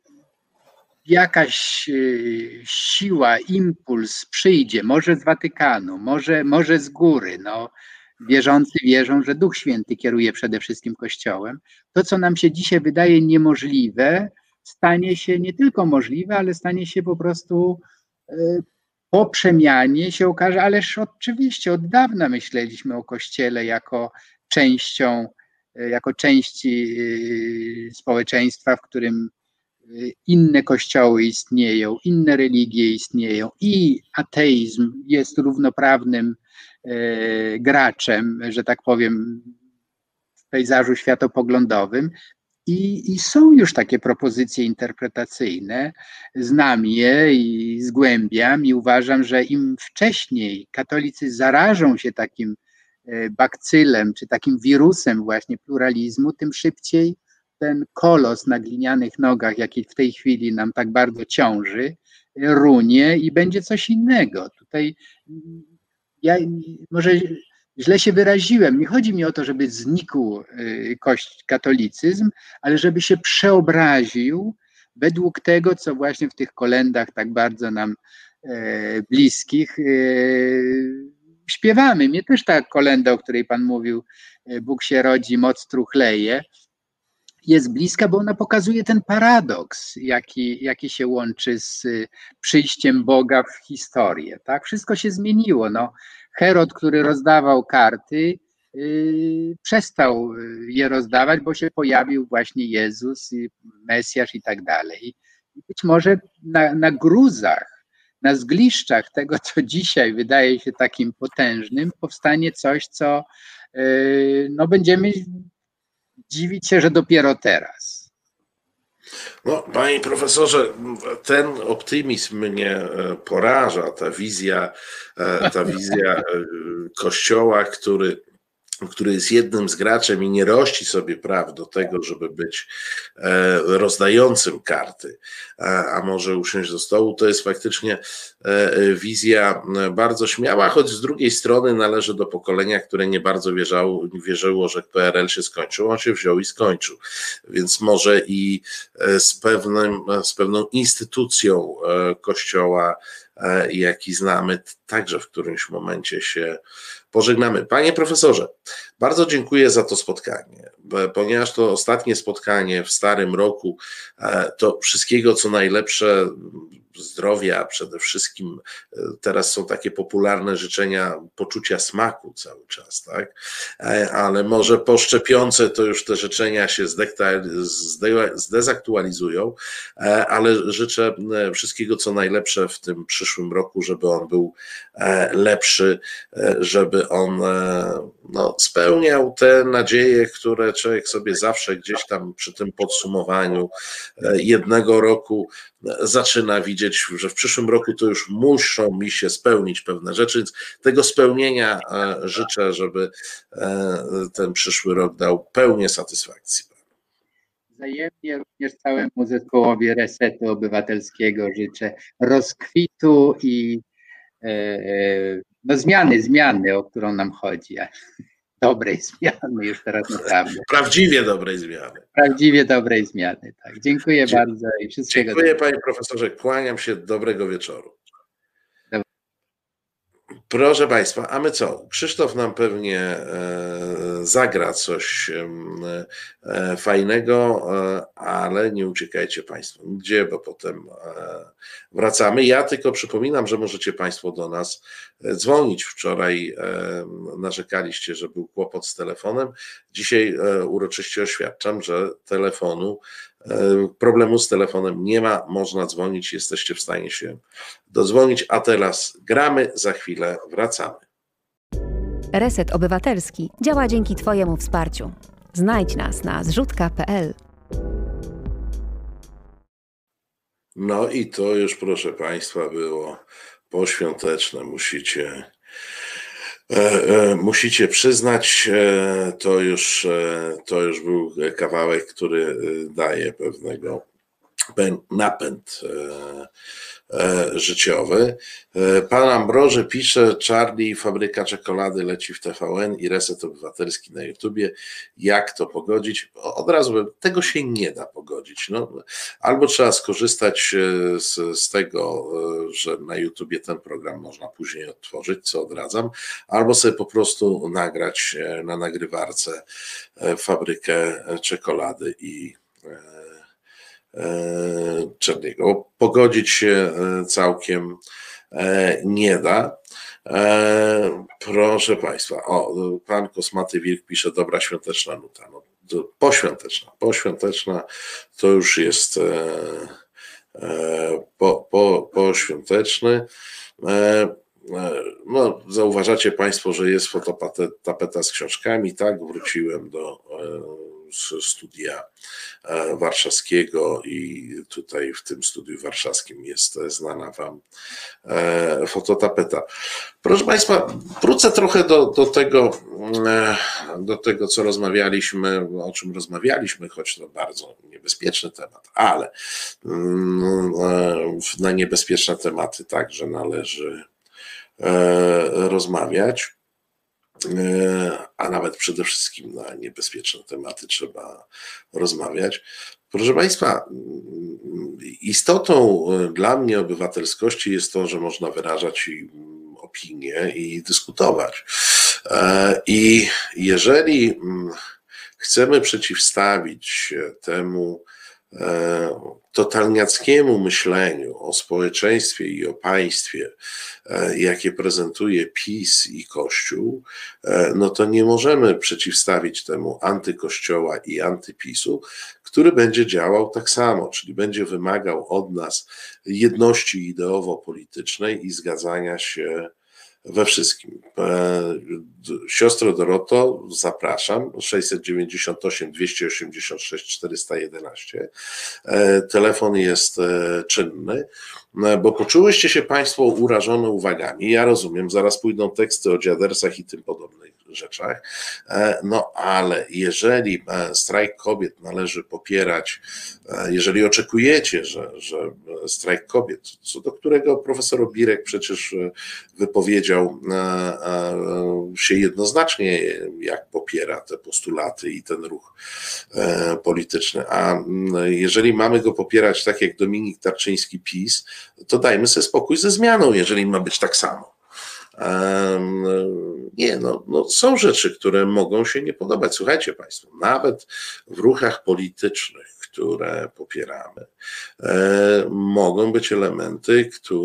jakaś siła, impuls przyjdzie, może z Watykanu, może z góry, no, wierzący wierzą, że Duch Święty kieruje przede wszystkim Kościołem, to, co nam się dzisiaj wydaje niemożliwe, stanie się nie tylko możliwe, ale stanie się po prostu po przemianie się okaże, ależ oczywiście od dawna myśleliśmy o Kościele jako części społeczeństwa, w którym inne kościoły istnieją, inne religie istnieją i ateizm jest równoprawnym graczem, że tak powiem, w pejzażu światopoglądowym. I są już takie propozycje interpretacyjne, znam je i zgłębiam i uważam, że im wcześniej katolicy zarażą się takim bakcylem, czy takim wirusem właśnie pluralizmu, tym szybciej ten kolos na glinianych nogach, jaki w tej chwili nam tak bardzo ciąży, runie i będzie coś innego. Tutaj ja może źle się wyraziłem. Nie chodzi mi o to, żeby znikł katolicyzm, ale żeby się przeobraził według tego, co właśnie w tych kolędach tak bardzo nam bliskich śpiewamy. Mnie też ta kolenda, o której Pan mówił, Bóg się rodzi, moc truchleje, jest bliska, bo ona pokazuje ten paradoks, jaki się łączy z przyjściem Boga w historię. Tak? Wszystko się zmieniło. No, Herod, który rozdawał karty, przestał je rozdawać, bo się pojawił właśnie Jezus, Mesjasz i tak dalej. I być może na gruzach, na zgliszczach tego, co dzisiaj wydaje się takim potężnym, powstanie coś, co no, będziemy dziwić się, że dopiero teraz. No, panie profesorze, ten optymizm mnie poraża, ta wizja Kościoła, który który jest jednym z graczem i nie rości sobie praw do tego, żeby być rozdającym karty, a może usiąść do stołu, to jest faktycznie wizja bardzo śmiała, choć z drugiej strony należy do pokolenia, które nie bardzo wierzyło, że PRL się skończył. On się wziął i skończył, więc może i z pewną instytucją Kościoła, jaki znamy, także w którymś momencie się pożegnamy. Panie profesorze, bardzo dziękuję za to spotkanie, ponieważ to ostatnie spotkanie w starym roku, to wszystkiego co najlepsze, zdrowia przede wszystkim. Teraz są takie popularne życzenia poczucia smaku cały czas, tak? Ale może po szczepionce to już te życzenia się zdezaktualizują, ale życzę wszystkiego co najlepsze w tym przyszłym roku, żeby on był lepszy, żeby on spełniał te nadzieje, które człowiek sobie zawsze gdzieś tam przy tym podsumowaniu jednego roku zaczyna widzieć, że w przyszłym roku to już muszą mi się spełnić pewne rzeczy, więc tego spełnienia życzę, żeby ten przyszły rok dał pełnię satysfakcji. Wzajemnie również całemu zespołowi Resetu Obywatelskiego życzę rozkwitu i zmiany, o którą nam chodzi. Dobrej zmiany już teraz naprawdę. Prawdziwie dobrej zmiany. Prawdziwie dobrej zmiany, tak. Dziękuję bardzo i wszystkiego dobrego. Dziękuję panie profesorze, kłaniam się, dobrego wieczoru. Proszę państwa, a my co? Krzysztof nam pewnie zagra coś fajnego, ale nie uciekajcie państwo nigdzie, bo potem wracamy. Ja tylko przypominam, że możecie państwo do nas dzwonić. Wczoraj narzekaliście, że był kłopot z telefonem. Dzisiaj uroczyście oświadczam, że problemu z telefonem nie ma, można dzwonić, jesteście w stanie się dodzwonić, a teraz gramy, za chwilę wracamy. Reset Obywatelski działa dzięki Twojemu wsparciu. Znajdź nas na zrzutka.pl. No i to już, proszę państwa, było poświąteczne, musicie przyznać, to już był kawałek, który daje pewnego napęd życiowy. Pan Ambroży pisze: Charlie, fabryka czekolady leci w TVN i Reset Obywatelski na YouTubie. Jak to pogodzić? Od razu tego się nie da pogodzić. Albo trzeba skorzystać z tego, że na YouTubie ten program można później odtworzyć, co odradzam, albo sobie po prostu nagrać na nagrywarce fabrykę czekolady i Czerniego. Pogodzić się całkiem nie da. Proszę państwa, pan Kosmaty Wilk pisze: dobra świąteczna nuta. Poświąteczna to już jest poświąteczny. Zauważacie państwo, że jest fototapeta z książkami. Tak, wróciłem z studia warszawskiego i tutaj w tym studiu warszawskim jest znana wam fototapeta. Proszę państwa, wrócę trochę do tego, co rozmawialiśmy, o czym rozmawialiśmy, choć to bardzo niebezpieczny temat, ale na niebezpieczne tematy także należy rozmawiać. A nawet przede wszystkim na niebezpieczne tematy trzeba rozmawiać. Proszę państwa, istotą dla mnie obywatelskości jest to, że można wyrażać opinie i dyskutować. I jeżeli chcemy przeciwstawić temu totalniackiemu myśleniu o społeczeństwie i o państwie, jakie prezentuje PiS i Kościół, to nie możemy przeciwstawić temu antykościoła i antypisu, który będzie działał tak samo, czyli będzie wymagał od nas jedności ideowo-politycznej i zgadzania się we wszystkim. Siostro Doroto, zapraszam, 698 286 411. Telefon jest czynny, bo poczułyście się państwo urażone uwagami. Ja rozumiem, zaraz pójdą teksty o dziadersach i tym podobnych rzeczach. No ale jeżeli strajk kobiet należy popierać, jeżeli oczekujecie, że strajk kobiet, co do którego profesor Obirek przecież wypowiedział się jednoznacznie, jak popiera te postulaty i ten ruch polityczny, a jeżeli mamy go popierać tak jak Dominik Tarczyński PiS, to dajmy sobie spokój ze zmianą, jeżeli ma być tak samo. Nie, no są rzeczy, które mogą się nie podobać. Słuchajcie Państwo, nawet w ruchach politycznych, które popieramy, mogą być elementy,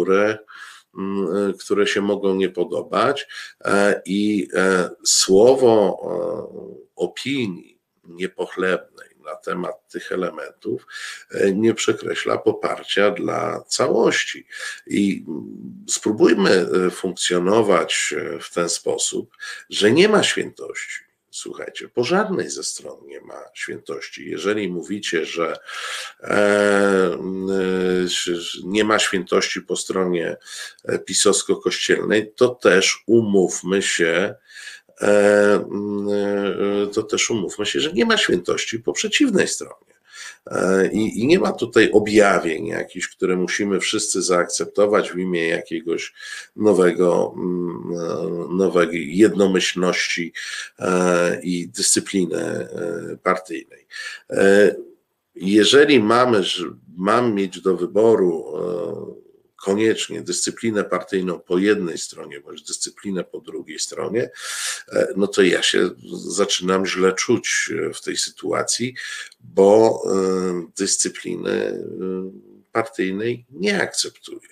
które się mogą nie podobać i słowo opinii niepochlebnej na temat tych elementów nie przekreśla poparcia dla całości. I spróbujmy funkcjonować w ten sposób, że nie ma świętości. Słuchajcie, po żadnej ze stron nie ma świętości. Jeżeli mówicie, że nie ma świętości po stronie pisowsko-kościelnej, to też umówmy się, że nie ma świętości po przeciwnej stronie. I nie ma tutaj objawień jakichś, które musimy wszyscy zaakceptować w imię jakiegoś nowej jednomyślności i dyscypliny partyjnej. Jeżeli mam mieć do wyboru koniecznie dyscyplinę partyjną po jednej stronie, bądź dyscyplinę po drugiej stronie, no to ja się zaczynam źle czuć w tej sytuacji, bo dyscypliny partyjnej nie akceptuję.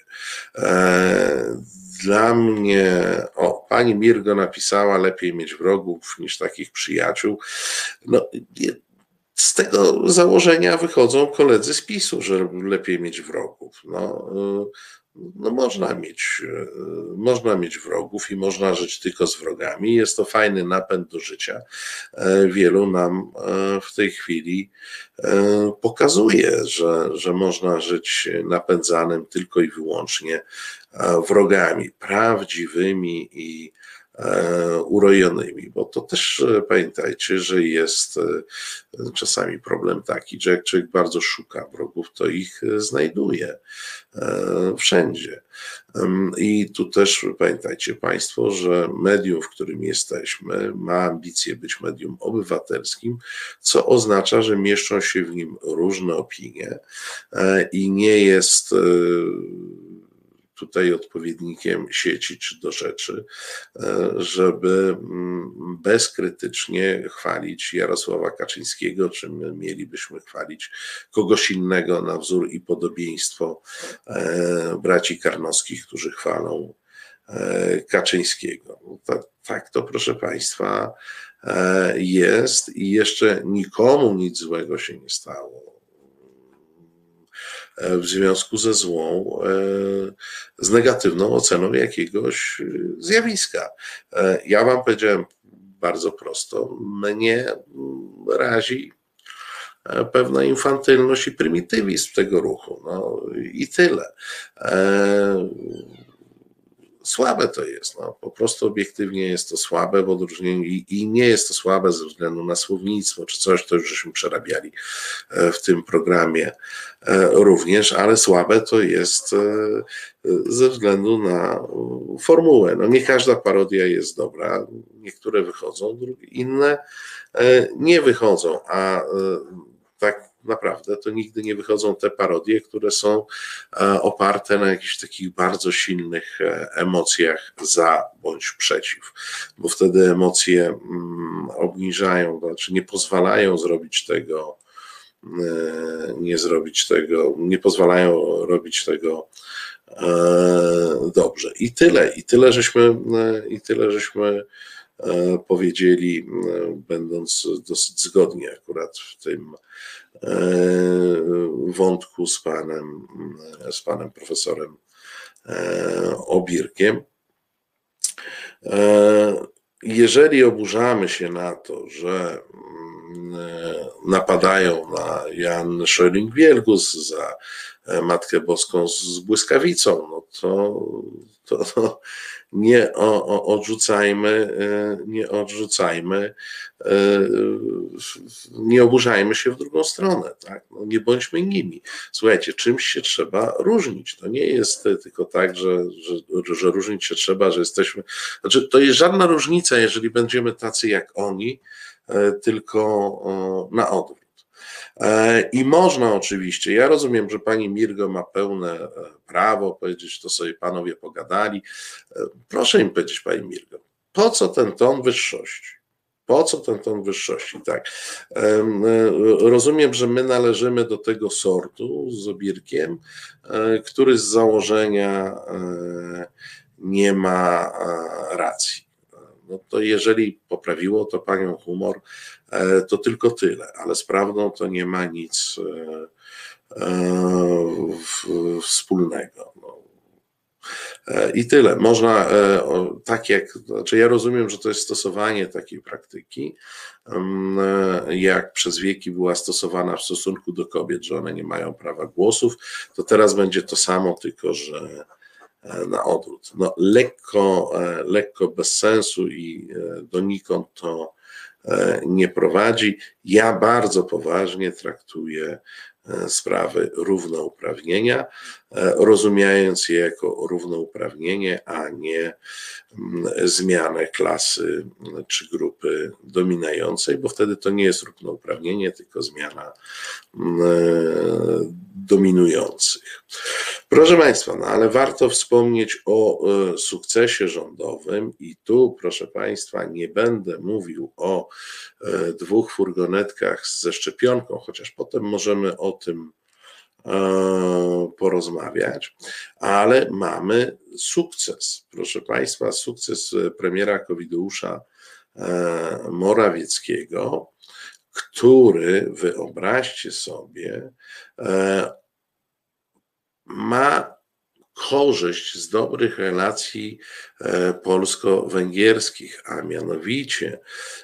Dla mnie, pani Mirgo napisała, lepiej mieć wrogów niż takich przyjaciół. No, z tego założenia wychodzą koledzy z PiS-u, że lepiej mieć wrogów. No można mieć wrogów i można żyć tylko z wrogami. Jest to fajny napęd do życia. Wielu nam w tej chwili pokazuje, że można żyć napędzanym tylko i wyłącznie wrogami prawdziwymi i urojonymi, bo to też pamiętajcie, że jest czasami problem taki, że jak człowiek bardzo szuka wrogów, to ich znajduje wszędzie. I tu też pamiętajcie Państwo, że medium, w którym jesteśmy, ma ambicje być medium obywatelskim, co oznacza, że mieszczą się w nim różne opinie i nie jest tutaj odpowiednikiem sieci czy do rzeczy, żeby bezkrytycznie chwalić Jarosława Kaczyńskiego, czy my mielibyśmy chwalić kogoś innego na wzór i podobieństwo braci Karnowskich, którzy chwalą Kaczyńskiego. Tak to, proszę Państwa, jest i jeszcze nikomu nic złego się nie stało w związku ze z negatywną oceną jakiegoś zjawiska. Ja wam powiedziałem bardzo prosto, mnie razi pewna infantylność i prymitywizm tego ruchu. No i tyle. Słabe to jest, po prostu obiektywnie jest to słabe w odróżnieniu i nie jest to słabe ze względu na słownictwo czy coś, to już żeśmy przerabiali w tym programie również, ale słabe to jest ze względu na formułę. No nie każda parodia jest dobra, niektóre wychodzą, inne nie wychodzą, a tak naprawdę to nigdy nie wychodzą te parodie, które są oparte na jakichś takich bardzo silnych emocjach za bądź przeciw, bo wtedy emocje obniżają, znaczy nie pozwalają zrobić tego, nie pozwalają robić tego dobrze. I tyle żeśmy powiedzieli, będąc dosyć zgodni akurat w tym wątku z panem profesorem Obirkiem. Jeżeli oburzamy się na to, że napadają na Joannę Scheuring-Wielgus za Matkę Boską z błyskawicą, no to nie oburzajmy się w drugą stronę, tak? No nie bądźmy nimi. Słuchajcie, czymś się trzeba różnić. To nie jest tylko tak, że różnić się trzeba, że jesteśmy. Znaczy, to jest żadna różnica, jeżeli będziemy tacy jak oni, tylko na odwrót. I można oczywiście, ja rozumiem, że pani Mirgo ma pełne prawo powiedzieć, to sobie panowie pogadali. Proszę im powiedzieć, pani Mirgo, po co ten ton wyższości? Po co ten ton wyższości? Tak. Rozumiem, że my należymy do tego sortu z Obirkiem, który z założenia nie ma racji. No to jeżeli poprawiło to panią humor, to tylko tyle, ale z prawdą to nie ma nic wspólnego. No. I tyle. Można, tak jak, znaczy ja rozumiem, że to jest stosowanie takiej praktyki, jak przez wieki była stosowana w stosunku do kobiet, że one nie mają prawa głosów, to teraz będzie to samo, tylko że na odwrót. No, lekko bez sensu i donikąd to nie prowadzi. Ja bardzo poważnie traktuję sprawy równouprawnienia, rozumiając je jako równouprawnienie, a nie zmianę klasy czy grupy dominującej, bo wtedy to nie jest równouprawnienie, tylko zmiana dominujących. Proszę Państwa, no ale warto wspomnieć o sukcesie rządowym i tu, proszę Państwa, nie będę mówił o 2 furgonetkach ze szczepionką, chociaż potem możemy o tym porozmawiać, ale mamy sukces, proszę Państwa, sukces premiera Covideusza Morawieckiego, który, wyobraźcie sobie, ma korzyść z dobrych relacji polsko-węgierskich, a mianowicie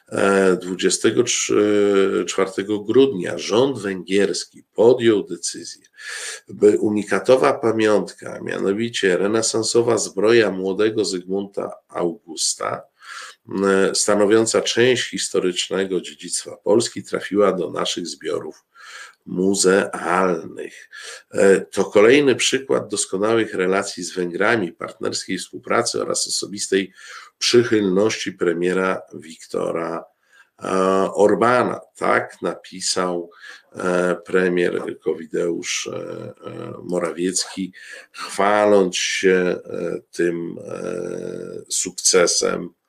24 grudnia rząd węgierski podjął decyzję, by unikatowa pamiątka, a mianowicie renesansowa zbroja młodego Zygmunta Augusta, stanowiąca część historycznego dziedzictwa Polski, trafiła do naszych zbiorów muzealnych. To kolejny przykład doskonałych relacji z Węgrami, partnerskiej współpracy oraz osobistej przychylności premiera Viktora Orbana. Tak napisał premier Covideusz Morawiecki, chwaląc się tym sukcesem.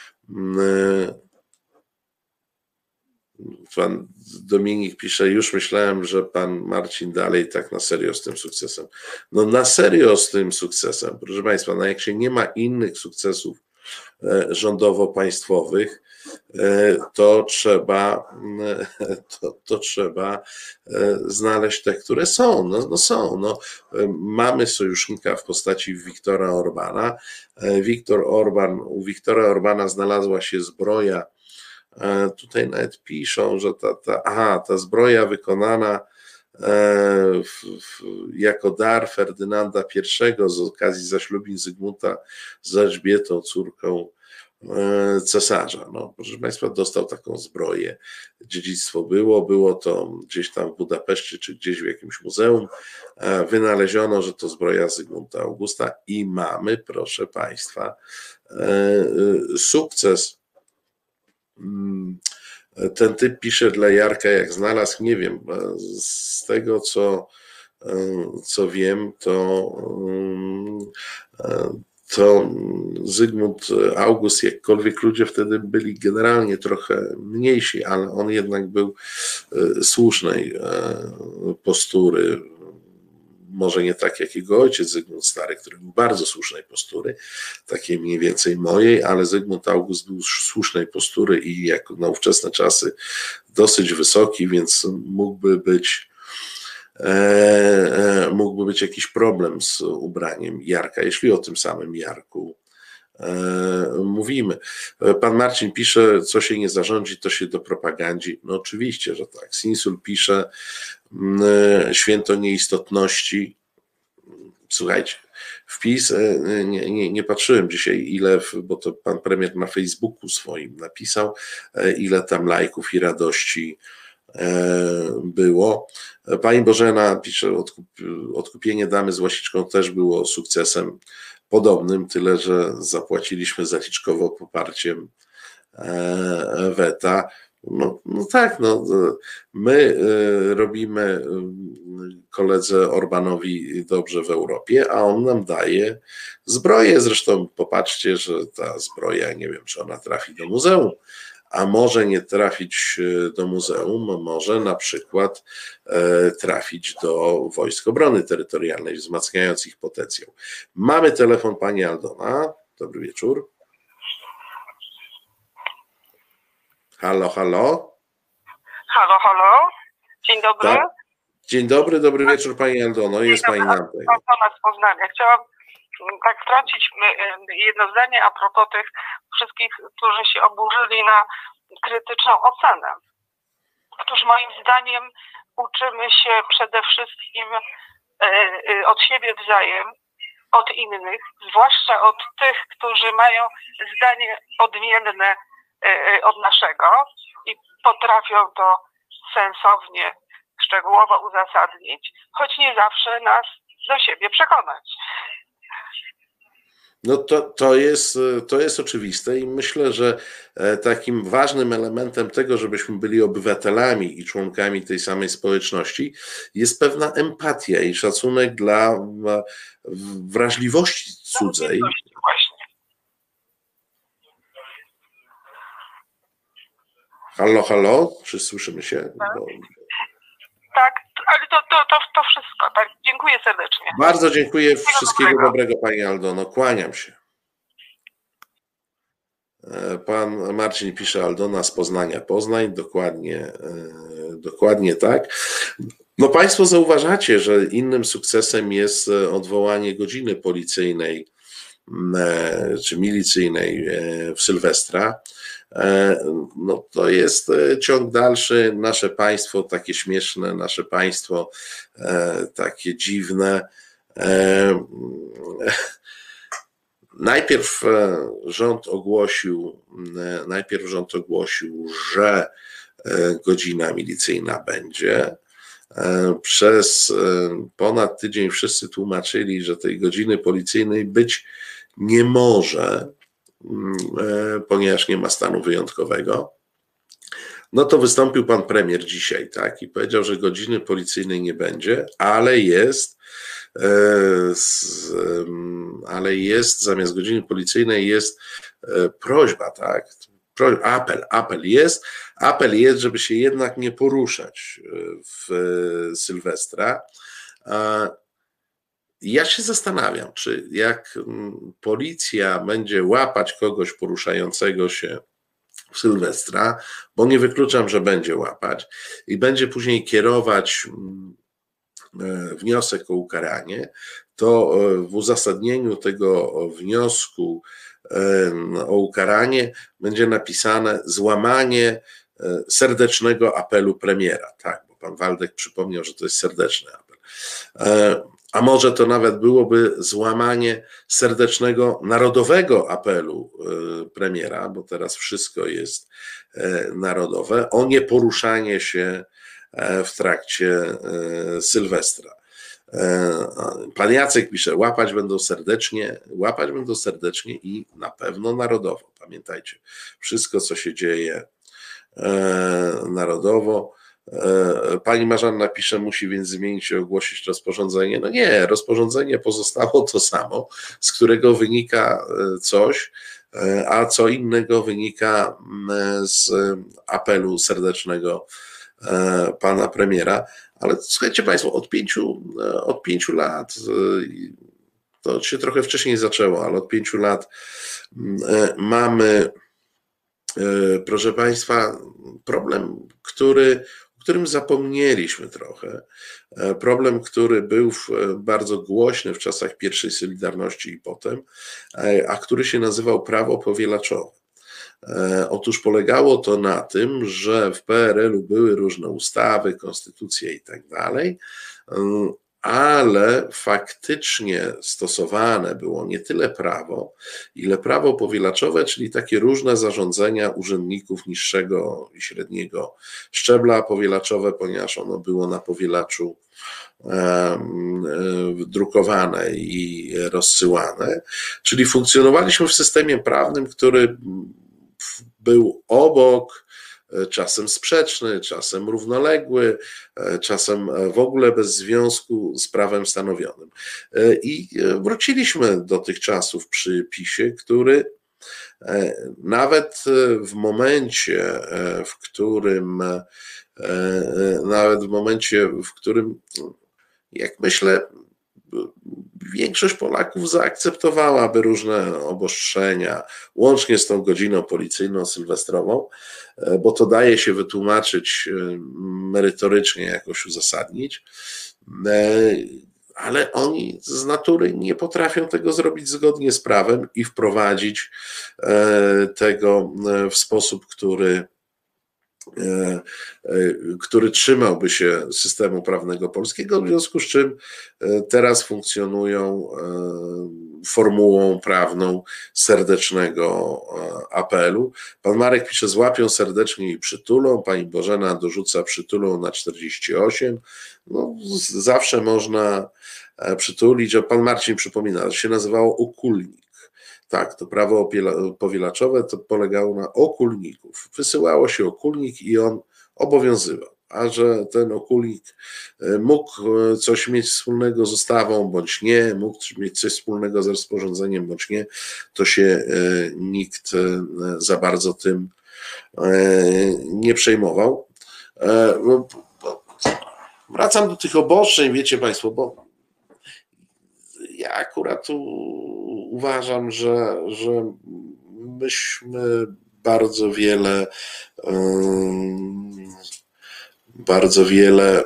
Pan Dominik pisze, już myślałem, że pan Marcin dalej tak na serio z tym sukcesem. No na serio z tym sukcesem, proszę Państwa, no jak się nie ma innych sukcesów rządowo-państwowych, to trzeba znaleźć te, które są. No są. No, mamy sojusznika w postaci Viktora Orbana. U Viktora Orbana znalazła się zbroja. Tutaj nawet piszą, że ta zbroja wykonana jako dar Ferdynanda I z okazji zaślubin Zygmunta z Elżbietą, córką cesarza. No, proszę Państwa, dostał taką zbroję. Dziedzictwo było to gdzieś tam w Budapeszcie, czy gdzieś w jakimś muzeum. Wynaleziono, że to zbroja Zygmunta Augusta i mamy, proszę Państwa, sukces. Ten typ pisze dla Jarka, jak znalazł, nie wiem, z tego co wiem, to Zygmunt August, jakkolwiek ludzie wtedy byli generalnie trochę mniejsi, ale on jednak był słusznej postury, może nie tak jak jego ojciec Zygmunt Stary, który był bardzo słusznej postury, takiej mniej więcej mojej, ale Zygmunt August był słusznej postury i jak na ówczesne czasy dosyć wysoki, więc mógłby być jakiś problem z ubraniem Jarka, jeśli o tym samym Jarku mówimy. Pan Marcin pisze, co się nie zarządzi, to się dopropagadzi. No oczywiście, że tak. Sinsul pisze, święto nieistotności. Słuchajcie, wpis. Nie patrzyłem dzisiaj, ile, bo to pan premier na Facebooku swoim napisał, ile tam lajków i radości było. Pani Bożena pisze, odkupienie damy z Łasiczką też było sukcesem podobnym, tyle że zapłaciliśmy zaliczkowo poparciem weta. No tak, my robimy koledze Orbanowi dobrze w Europie, a on nam daje zbroję. Zresztą popatrzcie, że ta zbroja, nie wiem, czy ona trafi do muzeum, a może nie trafić do muzeum, może na przykład trafić do Wojsk Obrony Terytorialnej, wzmacniając ich potencjał. Mamy telefon pani Aldona. Dobry wieczór. Halo, halo. Halo, halo. Dzień dobry. Tak. Dzień dobry, dobry wieczór pani Aldono. Jest pani na antenie. Aldona z Poznania. Chciałam tak wtrącić jedno zdanie a propos tych wszystkich, którzy się oburzyli na krytyczną ocenę. Otóż moim zdaniem uczymy się przede wszystkim od siebie wzajem, od innych, zwłaszcza od tych, którzy mają zdanie odmienne od naszego i potrafią to sensownie, szczegółowo uzasadnić, choć nie zawsze nas do siebie przekonać. No to jest oczywiste i myślę, że takim ważnym elementem tego, żebyśmy byli obywatelami i członkami tej samej społeczności, jest pewna empatia i szacunek dla wrażliwości cudzej. Właśnie. Halo, halo, czy słyszymy się? Tak, ale to wszystko. Tak. Dziękuję serdecznie. Bardzo dziękuję. Wszystkiego dobrego pani Aldono. Kłaniam się. Pan Marcin pisze, Aldona z Poznania. Poznań, dokładnie tak. No państwo zauważacie, że innym sukcesem jest odwołanie godziny policyjnej czy milicyjnej w Sylwestra. No to jest ciąg dalszy, nasze państwo takie śmieszne, nasze państwo takie dziwne. Najpierw rząd ogłosił, że godzina milicyjna będzie. Przez ponad tydzień wszyscy tłumaczyli, że tej godziny policyjnej być nie może, ponieważ nie ma stanu wyjątkowego. No to wystąpił pan premier dzisiaj, tak, i powiedział, że godziny policyjnej nie będzie, ale jest zamiast godziny policyjnej jest prośba, tak, apel jest, żeby się jednak nie poruszać w Sylwestra. Ja się zastanawiam, czy jak policja będzie łapać kogoś poruszającego się w Sylwestra, bo nie wykluczam, że będzie łapać i będzie później kierować wniosek o ukaranie, to w uzasadnieniu tego wniosku o ukaranie będzie napisane złamanie serdecznego apelu premiera. Tak, bo pan Waldek przypomniał, że to jest serdeczny apel. A może to nawet byłoby złamanie serdecznego narodowego apelu premiera, bo teraz wszystko jest narodowe, o nieporuszanie się w trakcie Sylwestra. Pan Jacek pisze, łapać będą serdecznie i na pewno narodowo. Pamiętajcie, wszystko co się dzieje narodowo. Pani Marzanna pisze, musi więc zmienić i ogłosić rozporządzenie. No nie, rozporządzenie pozostało to samo, z którego wynika coś, a co innego wynika z apelu serdecznego pana premiera. Ale słuchajcie państwo, od 5 lat, to się trochę wcześniej zaczęło, ale od 5 lat mamy, proszę państwa, problem, o którym zapomnieliśmy trochę. Problem, który był bardzo głośny w czasach pierwszej Solidarności i potem, a który się nazywał prawo powielaczowe. Otóż polegało to na tym, że w PRL-u były różne ustawy, konstytucje i tak dalej, ale faktycznie stosowane było nie tyle prawo, ile prawo powielaczowe, czyli takie różne zarządzenia urzędników niższego i średniego szczebla powielaczowe, ponieważ ono było na powielaczu drukowane i rozsyłane, czyli funkcjonowaliśmy w systemie prawnym, który był obok, czasem sprzeczny, czasem równoległy, czasem w ogóle bez związku z prawem stanowionym. I wróciliśmy do tych czasów przy PiS-ie, który nawet w momencie, w którym, jak myślę, większość Polaków zaakceptowałaby różne obostrzenia, łącznie z tą godziną policyjną sylwestrową, bo to daje się wytłumaczyć merytorycznie, jakoś uzasadnić, ale oni z natury nie potrafią tego zrobić zgodnie z prawem i wprowadzić tego w sposób, który trzymałby się systemu prawnego polskiego, w związku z czym teraz funkcjonują formułą prawną serdecznego apelu. Pan Marek pisze, złapią serdecznie i przytulą, pani Bożena dorzuca przytulą na 48. No, zawsze można przytulić. Pan Marcin przypomina, że się nazywało okulnik. Tak, to prawo powielaczowe to polegało na okulników. Wysyłało się okulnik i on obowiązywał. A że ten okulnik mógł coś mieć wspólnego z ustawą, bądź nie, mógł mieć coś wspólnego z rozporządzeniem, bądź nie, to się nikt za bardzo tym nie przejmował. Wracam do tych obostrzeń, wiecie Państwo, bo ja akurat tu uważam, że myśmy bardzo wiele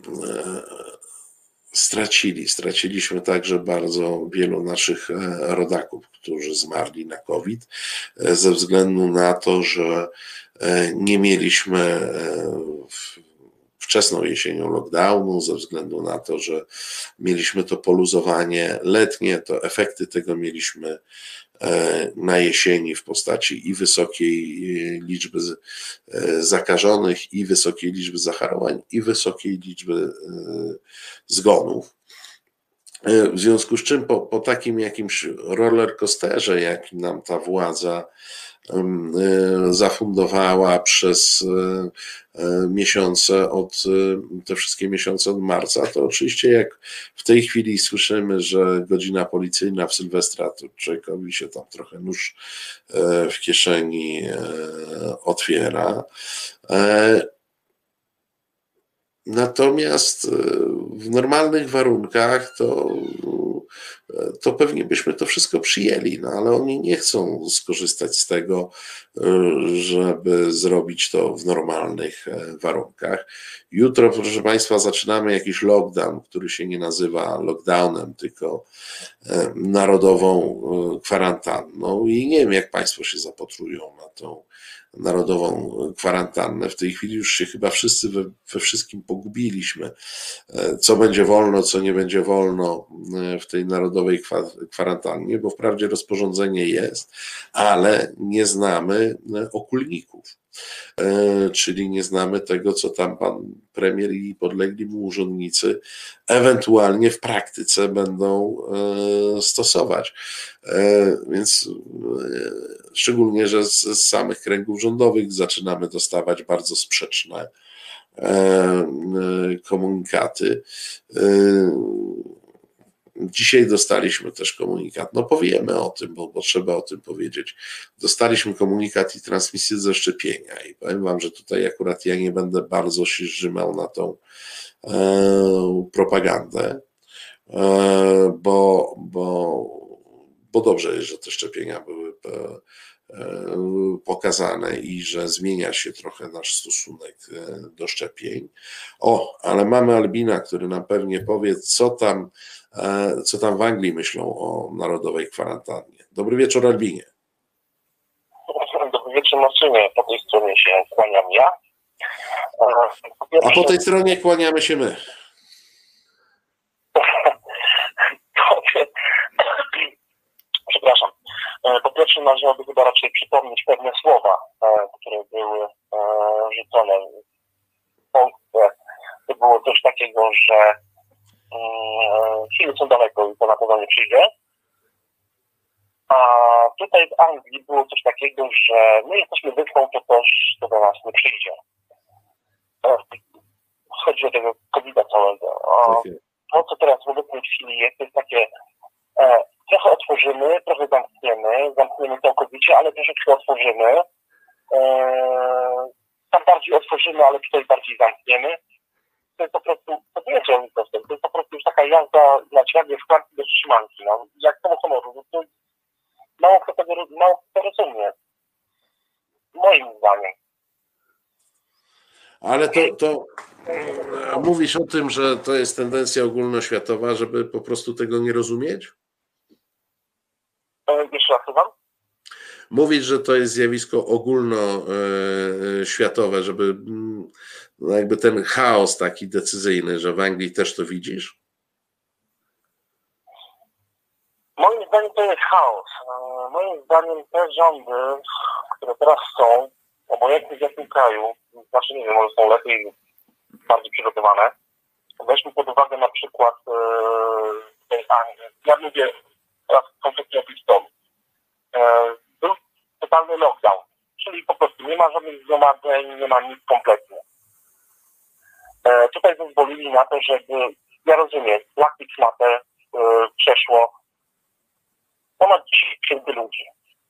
stracili. Straciliśmy także bardzo wielu naszych rodaków, którzy zmarli na COVID, ze względu na to, że nie mieliśmy wczesną jesienią lockdownu, ze względu na to, że mieliśmy to poluzowanie letnie, to efekty tego mieliśmy na jesieni w postaci i wysokiej liczby zakażonych, i wysokiej liczby zachorowań, i wysokiej liczby zgonów. W związku z czym po takim jakimś rollercoasterze, jaki nam ta władza zafundowała przez miesiące, te wszystkie miesiące od marca, to oczywiście jak w tej chwili słyszymy, że godzina policyjna w Sylwestra, to człowiekowi się tam trochę nóż w kieszeni otwiera. Natomiast w normalnych warunkach to pewnie byśmy to wszystko przyjęli, no ale oni nie chcą skorzystać z tego, żeby zrobić to w normalnych warunkach. Jutro, proszę Państwa, zaczynamy jakiś lockdown, który się nie nazywa lockdownem, tylko narodową kwarantanną i nie wiem, jak Państwo się zapatrują na tą narodową kwarantannę. W tej chwili już się chyba wszyscy we wszystkim pogubiliśmy. Co będzie wolno, co nie będzie wolno w tej narodowej kwarantannie, bo wprawdzie rozporządzenie jest, ale nie znamy okulników. Czyli nie znamy tego, co tam pan premier i podlegli mu urzędnicy ewentualnie w praktyce będą stosować. Więc szczególnie, że z samych kręgów rządowych zaczynamy dostawać bardzo sprzeczne komunikaty. Dzisiaj dostaliśmy też komunikat, no powiemy o tym, bo trzeba o tym powiedzieć. Dostaliśmy komunikat i transmisję ze szczepienia i powiem wam, że tutaj akurat ja nie będę bardzo się zżymał na tą propagandę, bo dobrze jest, że te szczepienia były pokazane i że zmienia się trochę nasz stosunek do szczepień. Ale mamy Albina, który nam pewnie powie, co tam w Anglii myślą o narodowej kwarantannie. Dobry wieczór, Albinie. Dobry wieczór, Marcinie. Po tej stronie się kłaniam ja. A po tej stronie kłaniamy się my. pierwsze należałoby chyba raczej przypomnieć pewne słowa, które były rzucone w Polsce. To było coś takiego, że chwile są daleko i to na pewno nie przyjdzie. A tutaj w Anglii było coś takiego, że my jesteśmy wyspą, to też to do nas nie przyjdzie. Chodzi o tego COVID-a całego. To, co teraz w obecnej chwili jest, to jest takie trochę otworzymy, trochę zamkniemy całkowicie, ale troszeczkę otworzymy. Tam bardziej otworzymy, ale tutaj bardziej zamkniemy. To jest po prostu, to nie jest żadny postęp, to jest po prostu już taka jazda na ćwiartkę w klatce bez trzymanki, no. Jak samochodowy, to mało kto to rozumie. Moim zdaniem. Ale to mówisz o tym, że to jest tendencja ogólnoświatowa, żeby po prostu tego nie rozumieć? Jeszcze raz słucham? Mówić, że to jest zjawisko ogólnoświatowe, żeby jakby ten chaos taki decyzyjny, że w Anglii też to widzisz? Moim zdaniem to jest chaos. Moim zdaniem te rządy, które teraz są, obojętnie w jakim kraju, znaczy nie wiem, może są lepiej lub bardziej przygotowane. Weźmy pod uwagę na przykład tej Anglii. Ja mówię teraz konkretnie o Bristolu. Był totalny lockdown, czyli po prostu nie ma żadnych zgromadzeń, nie ma nic kompletnie. Tutaj pozwolili na to, żeby, ja rozumiem, Black Lives Matter przeszło ponad 10 000 ludzi.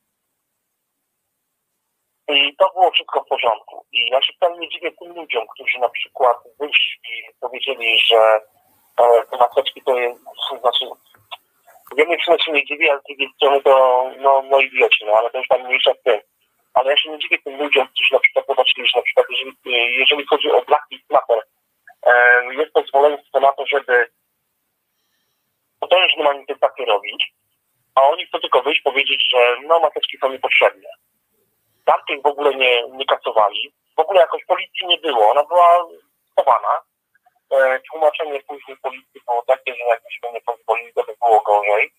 I to było wszystko w porządku. I ja się wcale nie dziwię tym ludziom, którzy na przykład wyszli i powiedzieli, że te maseczki to jest, znaczy z jednej strony się nie dziwię, a z drugiej strony to no idioci, no ale to już tam mniejsza z tym. Ale ja się nie dziwię tym ludziom, którzy na przykład zobaczyli, że na przykład jeżeli chodzi o Black Lives Matter, jest pozwoleństwo na to, żeby potężne manifestacje robić, a oni chcą tylko wyjść powiedzieć, że maseczki są niepotrzebne. Tamtych w ogóle nie kasowali. W ogóle jakoś policji nie było. Ona była schowana. Tłumaczenie później policji było takie, że jakbyśmy nie pozwolili, to by było gorzej.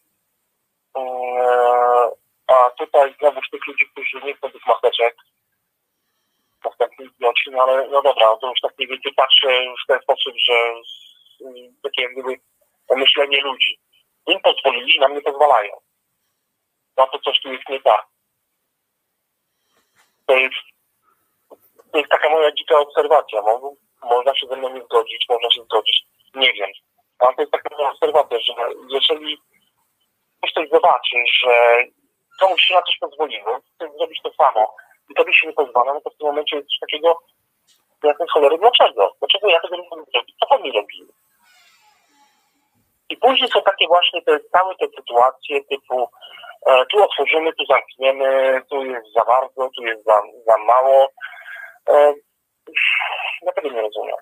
A tutaj znowuż tych ludzi, którzy nie chcą tych maseczek, następnie idioci, no ale no dobra, to już tak mniej więcej patrzę w ten sposób, że takie jak gdyby myślenie ludzi. Im pozwolili, nam nie pozwalają. No to coś tu jest nie tak. To jest taka moja dzika obserwacja. Można się ze mną nie zgodzić, można się zgodzić, nie wiem. Ale to jest taka moja obserwacja, że jeżeli ktoś coś zobaczy, że komuś się na coś pozwoliło, chce zrobić to samo i tobie się nie pozwala, no to w tym momencie jest coś takiego, jak ten cholery, dlaczego? Dlaczego ja tego nie mogę zrobić? Co oni robili? I później są takie właśnie całe te sytuacje typu tu otworzymy, tu zamkniemy, tu jest za bardzo, tu jest za mało. Ja tego nie rozumiem.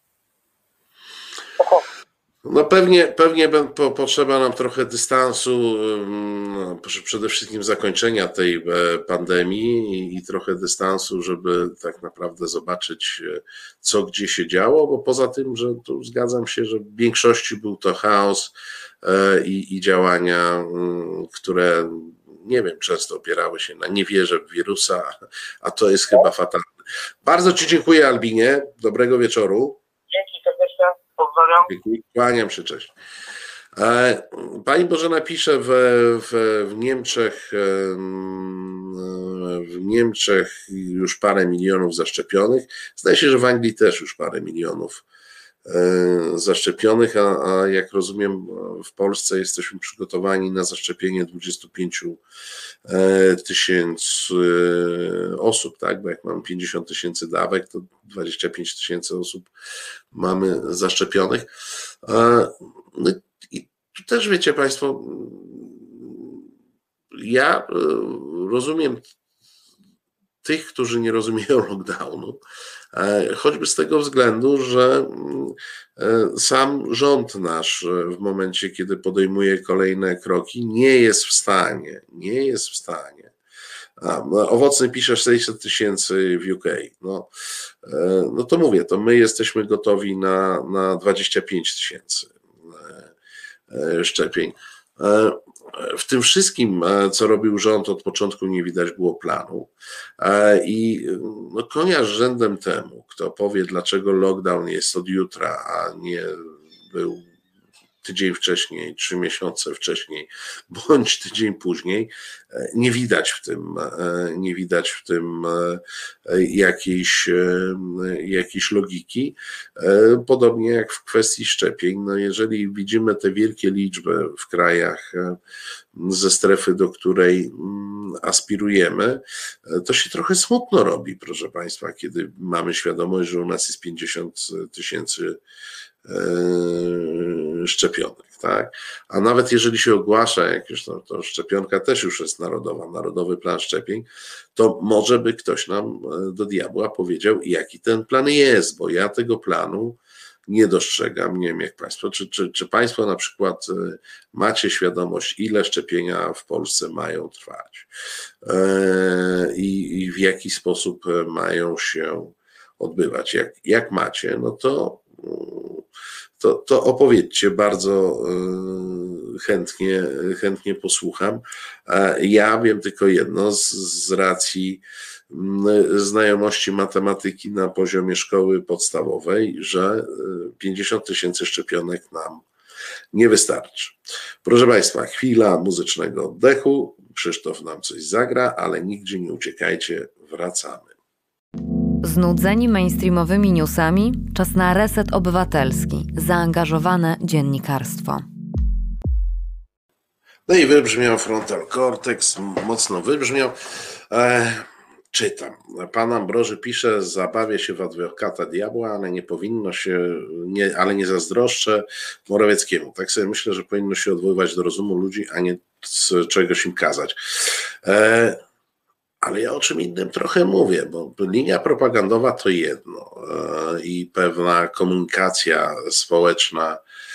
No pewnie potrzeba nam trochę dystansu, przede wszystkim zakończenia tej pandemii i trochę dystansu, żeby tak naprawdę zobaczyć, co gdzie się działo, bo poza tym, że tu zgadzam się, że w większości był to chaos i działania, które nie wiem, często opierały się na niewierze w wirusa, a to jest chyba fatalne. Bardzo Ci dziękuję, Albinie. Dobrego wieczoru. Dzięki serdecznie. Pozdrawiam. Kłaniam się, cześć. Pani Bożena pisze, w Niemczech już parę milionów zaszczepionych. Zdaje się, że w Anglii też już parę milionów zaszczepionych, a jak rozumiem, w Polsce jesteśmy przygotowani na zaszczepienie 25 000 osób, tak? Bo jak mamy 50 000 dawek, to 25 000 osób mamy zaszczepionych. I tu też wiecie Państwo, ja rozumiem tych, którzy nie rozumieją lockdownu, choćby z tego względu, że sam rząd nasz w momencie, kiedy podejmuje kolejne kroki, nie jest w stanie. Owocny pisze 600 000 w UK. No to mówię, to my jesteśmy gotowi na 25 000 szczepień. W tym wszystkim, co robił rząd, od początku nie widać było planu i no, konia z rzędem temu, kto powie, dlaczego lockdown jest od jutra, a nie był tydzień wcześniej, 3 miesiące wcześniej, bądź tydzień później, nie widać w tym jakiejś logiki. Podobnie jak w kwestii szczepień, no jeżeli widzimy te wielkie liczby w krajach ze strefy, do której aspirujemy, to się trochę smutno robi, proszę Państwa, kiedy mamy świadomość, że u nas jest 50 000 szczepionek, tak? A nawet jeżeli się ogłasza jakieś, to szczepionka też już jest narodowa, narodowy plan szczepień, to może by ktoś nam do diabła powiedział, jaki ten plan jest, bo ja tego planu nie dostrzegam. Nie wiem jak Państwo, czy Państwo na przykład macie świadomość, ile szczepienia w Polsce mają trwać i w jaki sposób mają się odbywać. Jak macie, no to opowiedzcie, bardzo chętnie posłucham. Ja wiem tylko jedno, z racji znajomości matematyki na poziomie szkoły podstawowej, że 50 000 szczepionek nam nie wystarczy. Proszę Państwa, chwila muzycznego oddechu, Krzysztof nam coś zagra, ale nigdzie nie uciekajcie, wracamy. Znudzeni mainstreamowymi newsami? Czas na reset obywatelski. Zaangażowane dziennikarstwo. No i wybrzmiał Frontal Cortex, mocno wybrzmiał. Czytam. Pan Ambroży pisze, zabawia się w adwokata diabła, ale nie powinno się, ale nie zazdroszczę Morawieckiemu. Tak sobie myślę, że powinno się odwoływać do rozumu ludzi, a nie czegoś im kazać. Ale ja o czym innym trochę mówię, bo linia propagandowa to jedno i pewna komunikacja społeczna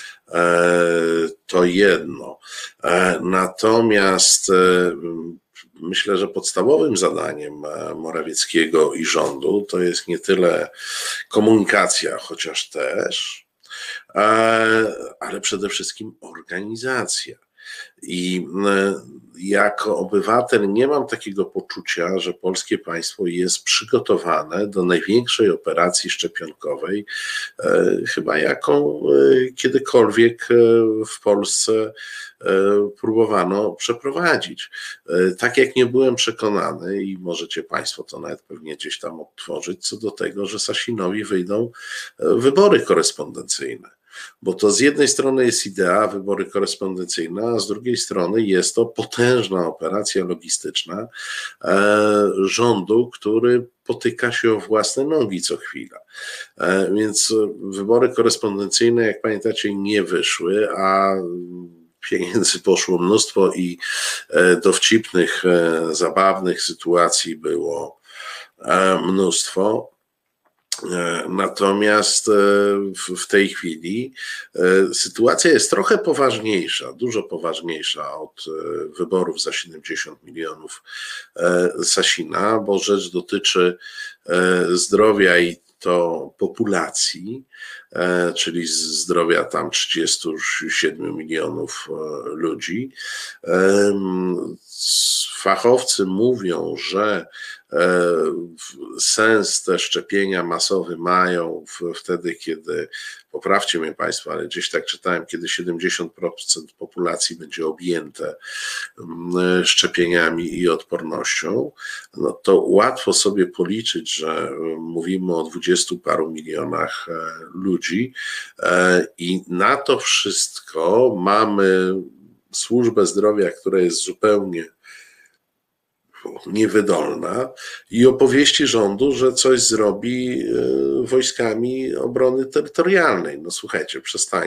to jedno. Natomiast myślę, że podstawowym zadaniem Morawieckiego i rządu to jest nie tyle komunikacja, chociaż też, ale przede wszystkim organizacja. I jako obywatel nie mam takiego poczucia, że polskie państwo jest przygotowane do największej operacji szczepionkowej, chyba jaką kiedykolwiek w Polsce próbowano przeprowadzić. Tak jak nie byłem przekonany, i możecie Państwo to nawet pewnie gdzieś tam odtworzyć, co do tego, że Sasinowi wyjdą wybory korespondencyjne. Bo to z jednej strony jest idea, wybory korespondencyjne, a z drugiej strony jest to potężna operacja logistyczna rządu, który potyka się o własne nogi co chwila. Więc wybory korespondencyjne, jak pamiętacie, nie wyszły, a pieniędzy poszło mnóstwo i dowcipnych, zabawnych sytuacji było mnóstwo. Natomiast w tej chwili sytuacja jest trochę poważniejsza, dużo poważniejsza od wyborów za 70 milionów Sasina, bo rzecz dotyczy zdrowia i to populacji, czyli zdrowia tam 37 milionów ludzi. Fachowcy mówią, że sens te szczepienia masowe mają wtedy, kiedy, poprawcie mnie Państwo, ale gdzieś tak czytałem, kiedy 70% populacji będzie objęte szczepieniami i odpornością, no to łatwo sobie policzyć, że mówimy o 20 paru milionach ludzi i na to wszystko mamy służbę zdrowia, która jest zupełnie niewydolna i opowieści rządu, że coś zrobi wojskami obrony terytorialnej. No słuchajcie,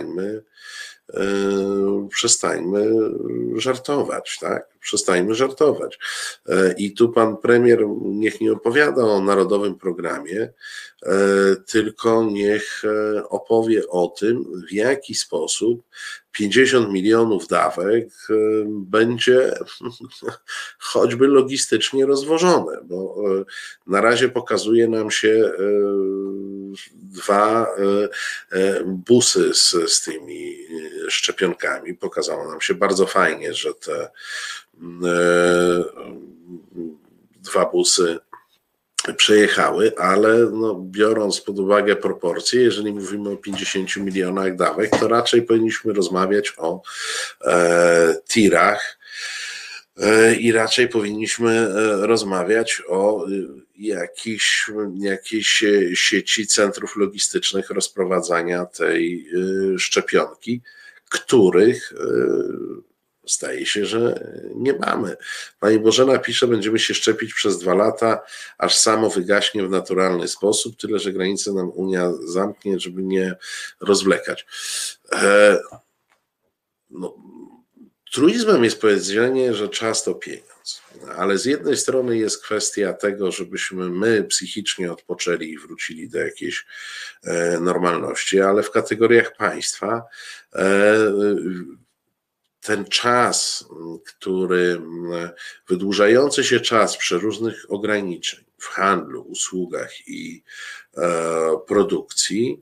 przestańmy żartować, tak? Przestańmy żartować. I tu pan premier niech nie opowiada o narodowym programie, tylko niech opowie o tym, w jaki sposób 50 milionów dawek będzie choćby logistycznie rozwożone, bo na razie pokazuje nam się 2 busy z tymi szczepionkami. Pokazało nam się bardzo fajnie, że te 2 busy przejechały, ale no, biorąc pod uwagę proporcje, jeżeli mówimy o 50 milionach dawek, to raczej powinniśmy rozmawiać o tirach i raczej powinniśmy rozmawiać o jakiejś sieci centrów logistycznych rozprowadzania tej szczepionki, których zdaje się, że nie mamy. Pani Bożena pisze, będziemy się szczepić przez 2 lata, aż samo wygaśnie w naturalny sposób, tyle że granice nam Unia zamknie, żeby nie rozwlekać. Truizmem jest powiedzenie, że czas to pieniądz, ale z jednej strony jest kwestia tego, żebyśmy my psychicznie odpoczęli i wrócili do jakiejś normalności, ale w kategoriach państwa ten czas, wydłużający się czas przeróżnych ograniczeń w handlu, usługach i produkcji,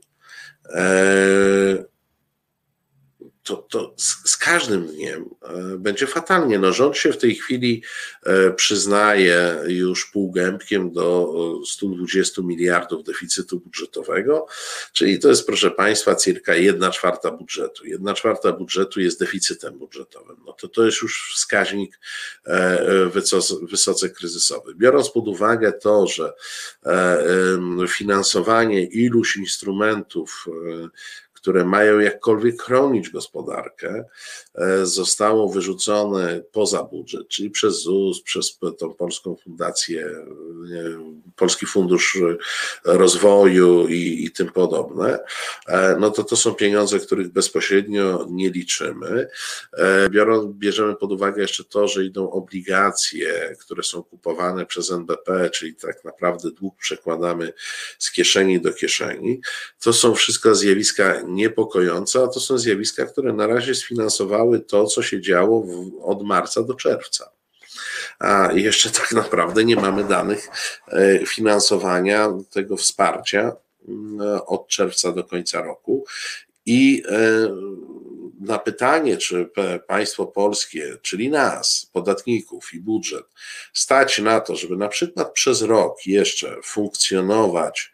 to z każdym dniem będzie fatalnie. No, rząd się w tej chwili przyznaje już półgębkiem do 120 miliardów deficytu budżetowego, czyli to jest, proszę Państwa, cirka 1/4 budżetu. 1/4 budżetu jest deficytem budżetowym. No to jest już wskaźnik wysoce kryzysowy. Biorąc pod uwagę to, że finansowanie iluś instrumentów, które mają jakkolwiek chronić gospodarkę, zostało wyrzucone poza budżet, czyli przez ZUS, przez tą Polską Fundację, Polski Fundusz Rozwoju i tym podobne, no to są pieniądze, których bezpośrednio nie liczymy. Bierzemy pod uwagę jeszcze to, że idą obligacje, które są kupowane przez NBP, czyli tak naprawdę dług przekładamy z kieszeni do kieszeni. To są wszystko zjawiska niepokojące, a to są zjawiska, które na razie sfinansowały to, co się działo od marca do czerwca. A jeszcze tak naprawdę nie mamy danych finansowania tego wsparcia od czerwca do końca roku. I na pytanie, czy państwo polskie, czyli nas, podatników i budżet, stać na to, żeby na przykład przez rok jeszcze funkcjonować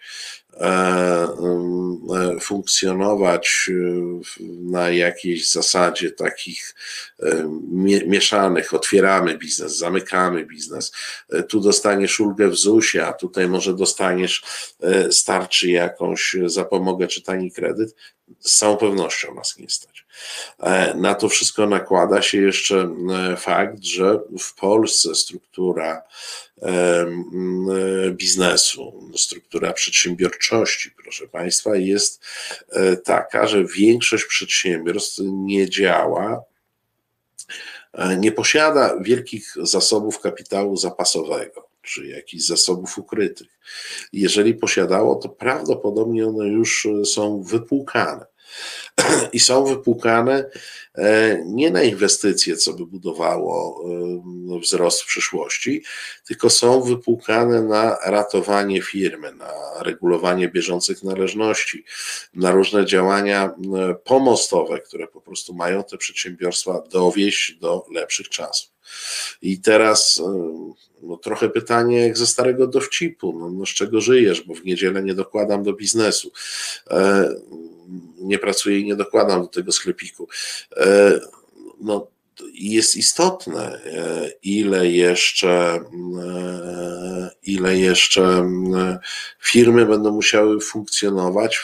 na jakiejś zasadzie takich mieszanych, otwieramy biznes, zamykamy biznes, tu dostaniesz ulgę w ZUS-ie, a tutaj może dostaniesz starczy jakąś zapomogę czy tani kredyt, z całą pewnością nas nie stać. Na to wszystko nakłada się jeszcze fakt, że w Polsce struktura biznesu, struktura przedsiębiorczości, proszę Państwa, jest taka, że większość przedsiębiorstw nie działa, nie posiada wielkich zasobów kapitału zapasowego, czy jakichś zasobów ukrytych. Jeżeli posiadało, to prawdopodobnie one już są wypłukane. I są wypłukane nie na inwestycje, co by budowało wzrost w przyszłości, tylko są wypłukane na ratowanie firmy, na regulowanie bieżących należności, na różne działania pomostowe, które po prostu mają te przedsiębiorstwa dowieść do lepszych czasów. I teraz trochę pytanie jak ze starego dowcipu, z czego żyjesz, bo w niedzielę nie dokładam do biznesu. Nie pracuję i nie dokładam do tego sklepiku. Jest istotne, ile jeszcze firmy będą musiały funkcjonować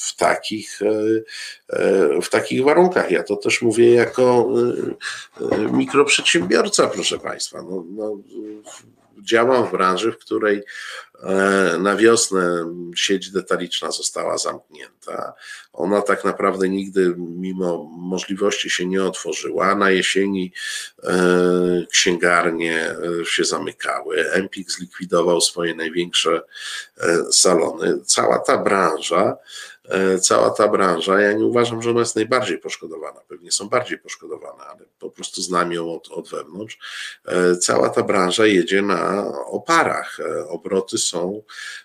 w takich warunkach. Ja to też mówię jako mikroprzedsiębiorca, proszę Państwa. Działam w branży, w której na wiosnę sieć detaliczna została zamknięta. Ona tak naprawdę nigdy mimo możliwości się nie otworzyła. Na jesieni księgarnie się zamykały. Empik zlikwidował swoje największe salony. Cała ta branża cała ta branża, ja nie uważam, że ona jest najbardziej poszkodowana, pewnie są bardziej poszkodowane, ale po prostu znam ją od wewnątrz. Cała ta branża jedzie na oparach, obroty są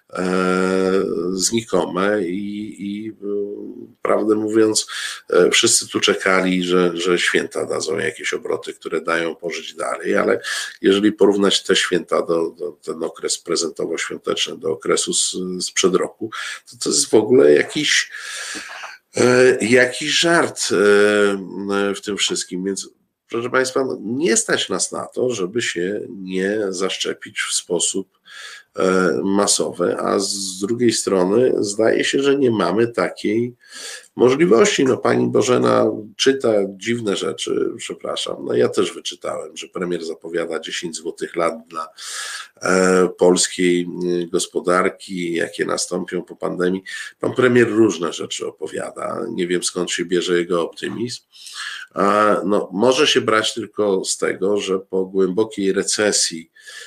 znikome i prawdę mówiąc wszyscy tu czekali, że święta dadzą jakieś obroty, które dają pożyć dalej, ale jeżeli porównać te święta ten okres prezentowo-świąteczny do okresu sprzed roku, to jest w ogóle jakiś żart w tym wszystkim, więc proszę Państwa, nie stać nas na to, żeby się nie zaszczepić w sposób masowy, a z drugiej strony zdaje się, że nie mamy takiej możliwości. No pani Bożena czyta dziwne rzeczy, przepraszam, no ja też wyczytałem, że premier zapowiada 10 złotych lat dla polskiej gospodarki, jakie nastąpią po pandemii. Pan premier różne rzeczy opowiada, nie wiem skąd się bierze jego optymizm. No, może się brać tylko z tego, że po głębokiej recesji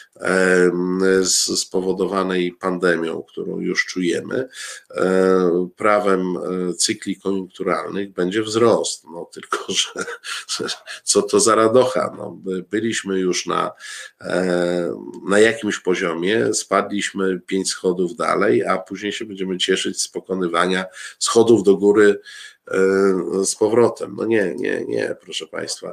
spowodowanej pandemią, którą już czujemy, prawem cykli koniunkturalnych będzie wzrost. No tylko, że co to za radocha. No, byliśmy już na jakimś poziomie, spadliśmy 5 schodów dalej, a później się będziemy cieszyć z pokonywania schodów do góry z powrotem. No nie, proszę Państwa.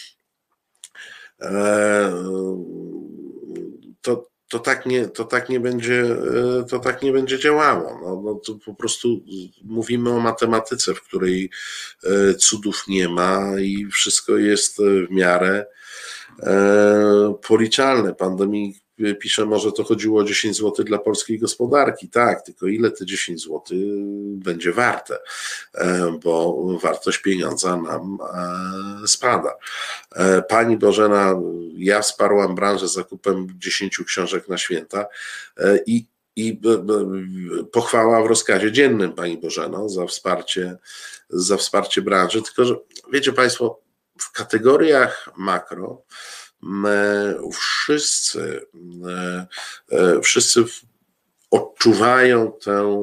To tak nie będzie działało. No to po prostu mówimy o matematyce, w której cudów nie ma i wszystko jest w miarę policzalne. Pan Dominik pisze, może to chodziło o 10 zł dla polskiej gospodarki. Tak, tylko ile te 10 zł będzie warte, bo wartość pieniądza nam spada. Pani Bożena, ja wsparłam branżę zakupem 10 książek na święta i pochwała w rozkazie dziennym, pani Bożeno, za wsparcie branży, tylko że wiecie Państwo, w kategoriach makro wszyscy odczuwają tę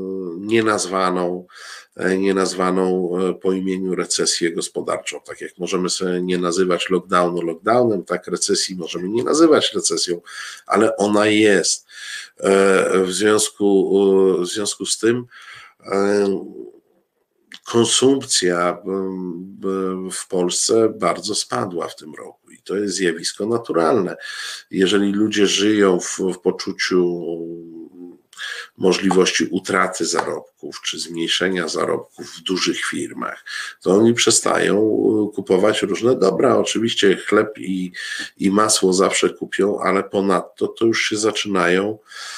nienazwaną po imieniu recesję gospodarczą. Tak jak możemy sobie nie nazywać lockdownu lockdownem, tak recesji możemy nie nazywać recesją, ale ona jest. W związku z tym konsumpcja w Polsce bardzo spadła w tym roku i to jest zjawisko naturalne. Jeżeli ludzie żyją w poczuciu możliwości utraty zarobków czy zmniejszenia zarobków w dużych firmach, to oni przestają kupować różne dobra. Oczywiście chleb i masło zawsze kupią, ale ponadto to już się zaczynają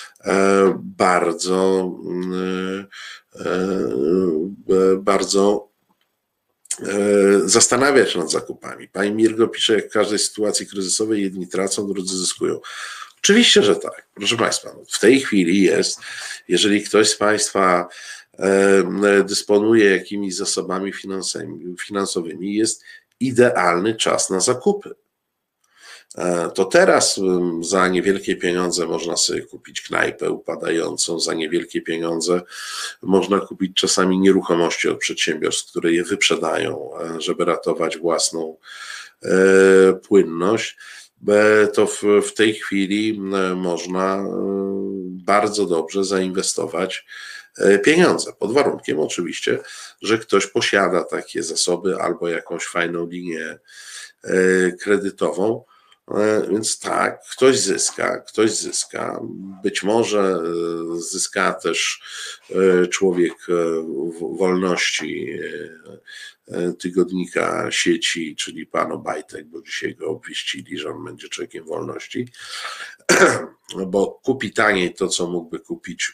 bardzo zastanawiać nad zakupami. Pani Mirgo pisze, jak w każdej sytuacji kryzysowej jedni tracą, drudzy zyskują. Oczywiście, że tak. Proszę Państwa, w tej chwili jest, jeżeli ktoś z Państwa dysponuje jakimiś zasobami finansowymi, jest idealny czas na zakupy. To teraz za niewielkie pieniądze można sobie kupić knajpę upadającą, za niewielkie pieniądze można kupić czasami nieruchomości od przedsiębiorstw, które je wyprzedają, żeby ratować własną płynność. To w tej chwili można bardzo dobrze zainwestować pieniądze, pod warunkiem oczywiście, że ktoś posiada takie zasoby albo jakąś fajną linię kredytową. Więc tak, ktoś zyska. Być może zyska też człowiek wolności tygodnika sieci, czyli pan Obajtek, bo dzisiaj go obwieścili, że on będzie człowiekiem wolności, bo kupi taniej to, co mógłby kupić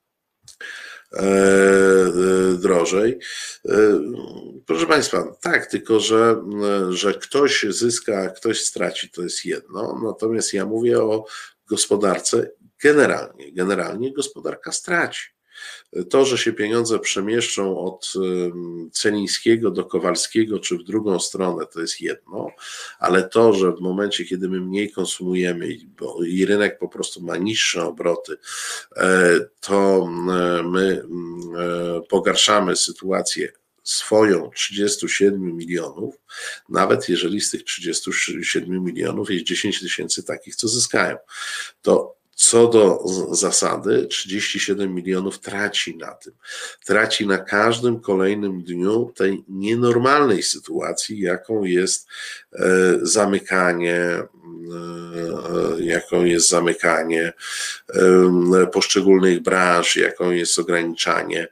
drożej. Proszę Państwa, tak, tylko że ktoś zyska, a ktoś straci, to jest jedno, natomiast ja mówię o gospodarce generalnie gospodarka straci. To, że się pieniądze przemieszczą od Celińskiego do Kowalskiego czy w drugą stronę, to jest jedno, ale to, że w momencie, kiedy my mniej konsumujemy i rynek po prostu ma niższe obroty, to my pogarszamy sytuację swoją 37 milionów, nawet jeżeli z tych 37 milionów jest 10 000 takich, co zyskają. To co do zasady 37 milionów traci na tym. Traci na każdym kolejnym dniu tej nienormalnej sytuacji, jaką jest zamykanie poszczególnych branż, jaką jest ograniczanie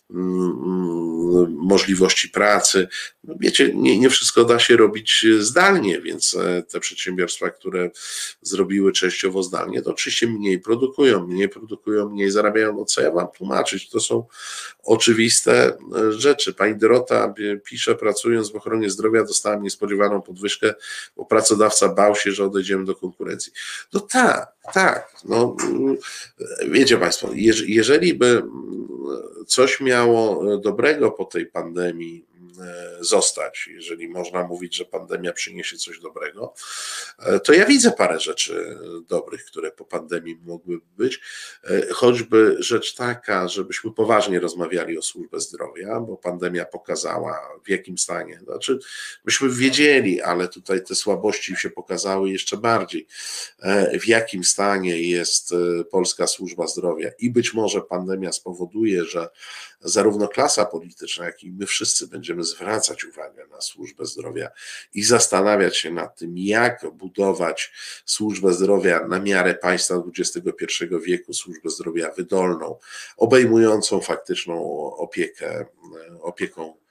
możliwości pracy. Wiecie, nie wszystko da się robić zdalnie, więc te przedsiębiorstwa, które zrobiły częściowo zdalnie, to oczywiście mniej produkują, mniej zarabiają. No co ja wam tłumaczyć? To są oczywiste rzeczy. Pani Dorota pisze, pracując w ochronie zdrowia dostałam niespodziewaną podwyżkę, bo pracodawca bał się, że odejdziemy do konkurencji. No tak. No, wiecie Państwo, jeżeli by coś miało dobrego po tej pandemii zostać, jeżeli można mówić, że pandemia przyniesie coś dobrego, to ja widzę parę rzeczy dobrych, które po pandemii mogłyby być, choćby rzecz taka, żebyśmy poważnie rozmawiali o służbie zdrowia, bo pandemia pokazała, w jakim stanie, znaczy myśmy wiedzieli, ale tutaj te słabości się pokazały jeszcze bardziej, w jakim stanie jest polska służba zdrowia i być może pandemia spowoduje, że zarówno klasa polityczna, jak i my wszyscy będziemy zwracać uwagę na służbę zdrowia i zastanawiać się nad tym, jak budować służbę zdrowia na miarę państwa XXI wieku, służbę zdrowia wydolną, obejmującą faktyczną opieką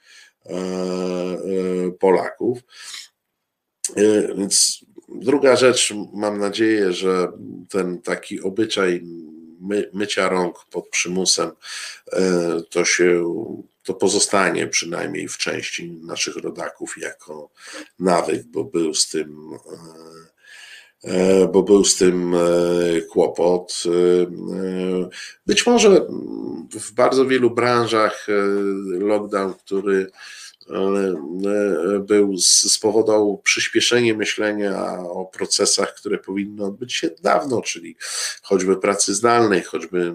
Polaków. Więc druga rzecz, mam nadzieję, że ten taki obyczaj mycia rąk pod przymusem to pozostanie przynajmniej w części naszych rodaków jako nawyk, bo był z tym kłopot. Być może w bardzo wielu branżach lockdown, który spowodował przyspieszenie myślenia o procesach, które powinny odbyć się dawno, czyli choćby pracy zdalnej, choćby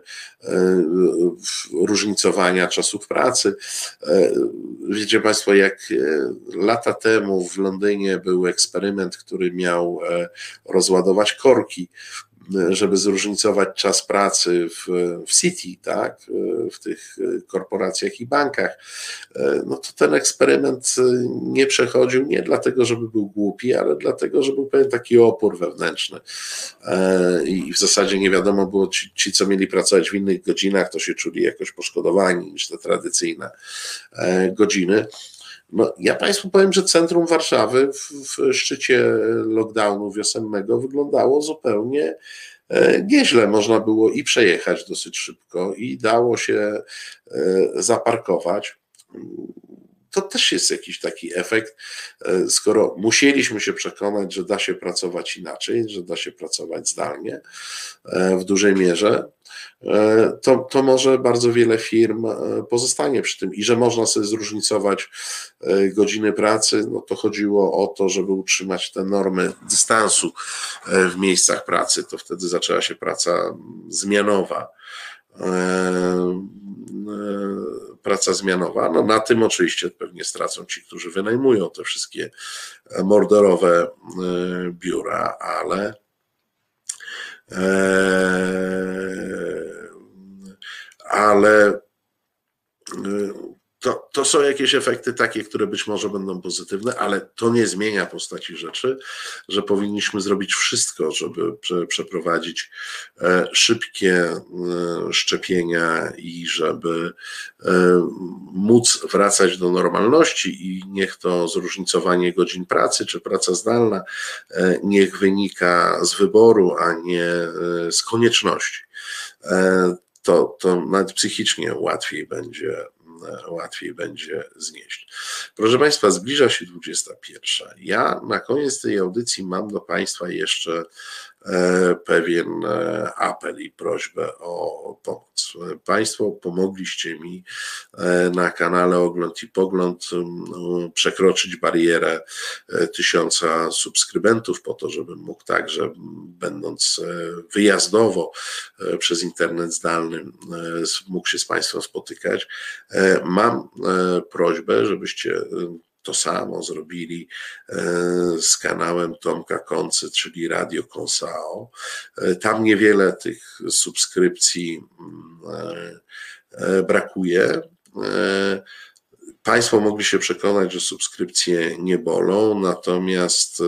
różnicowania czasów pracy. Wiecie Państwo, jak lata temu w Londynie był eksperyment, który miał rozładować korki, żeby zróżnicować czas pracy w City, tak, w tych korporacjach i bankach, no to ten eksperyment nie przechodził nie dlatego, żeby był głupi, ale dlatego, że był pewien taki opór wewnętrzny i w zasadzie nie wiadomo było, ci co mieli pracować w innych godzinach, to się czuli jakoś poszkodowani niż te tradycyjne godziny. No, ja Państwu powiem, że centrum Warszawy w szczycie lockdownu wiosennego wyglądało zupełnie nieźle. Można było i przejechać dosyć szybko i dało się zaparkować. To też jest jakiś taki efekt, skoro musieliśmy się przekonać, że da się pracować inaczej, że da się pracować zdalnie w dużej mierze, to może bardzo wiele firm pozostanie przy tym i że można sobie zróżnicować godziny pracy, no to chodziło o to, żeby utrzymać te normy dystansu w miejscach pracy, to wtedy zaczęła się praca zmianowa. No na tym oczywiście pewnie stracą ci, którzy wynajmują te wszystkie morderowe biura, ale to są jakieś efekty takie, które być może będą pozytywne, ale to nie zmienia postaci rzeczy, że powinniśmy zrobić wszystko, żeby przeprowadzić szybkie szczepienia i żeby móc wracać do normalności i niech to zróżnicowanie godzin pracy czy praca zdalna niech wynika z wyboru, a nie z konieczności. To nawet psychicznie łatwiej będzie znieść. Proszę Państwa, zbliża się 21. Ja na koniec tej audycji mam do Państwa jeszcze pewien apel i prośbę o pomoc. Państwo pomogliście mi na kanale Ogląd i Pogląd przekroczyć barierę 1000 subskrybentów po to, żebym mógł także, będąc wyjazdowo przez internet zdalny, mógł się z Państwem spotykać. Mam prośbę, żebyście to samo zrobili z kanałem Tomka Koncy, czyli Radio Konsao. Tam niewiele tych subskrypcji brakuje. Państwo mogli się przekonać, że subskrypcje nie bolą, natomiast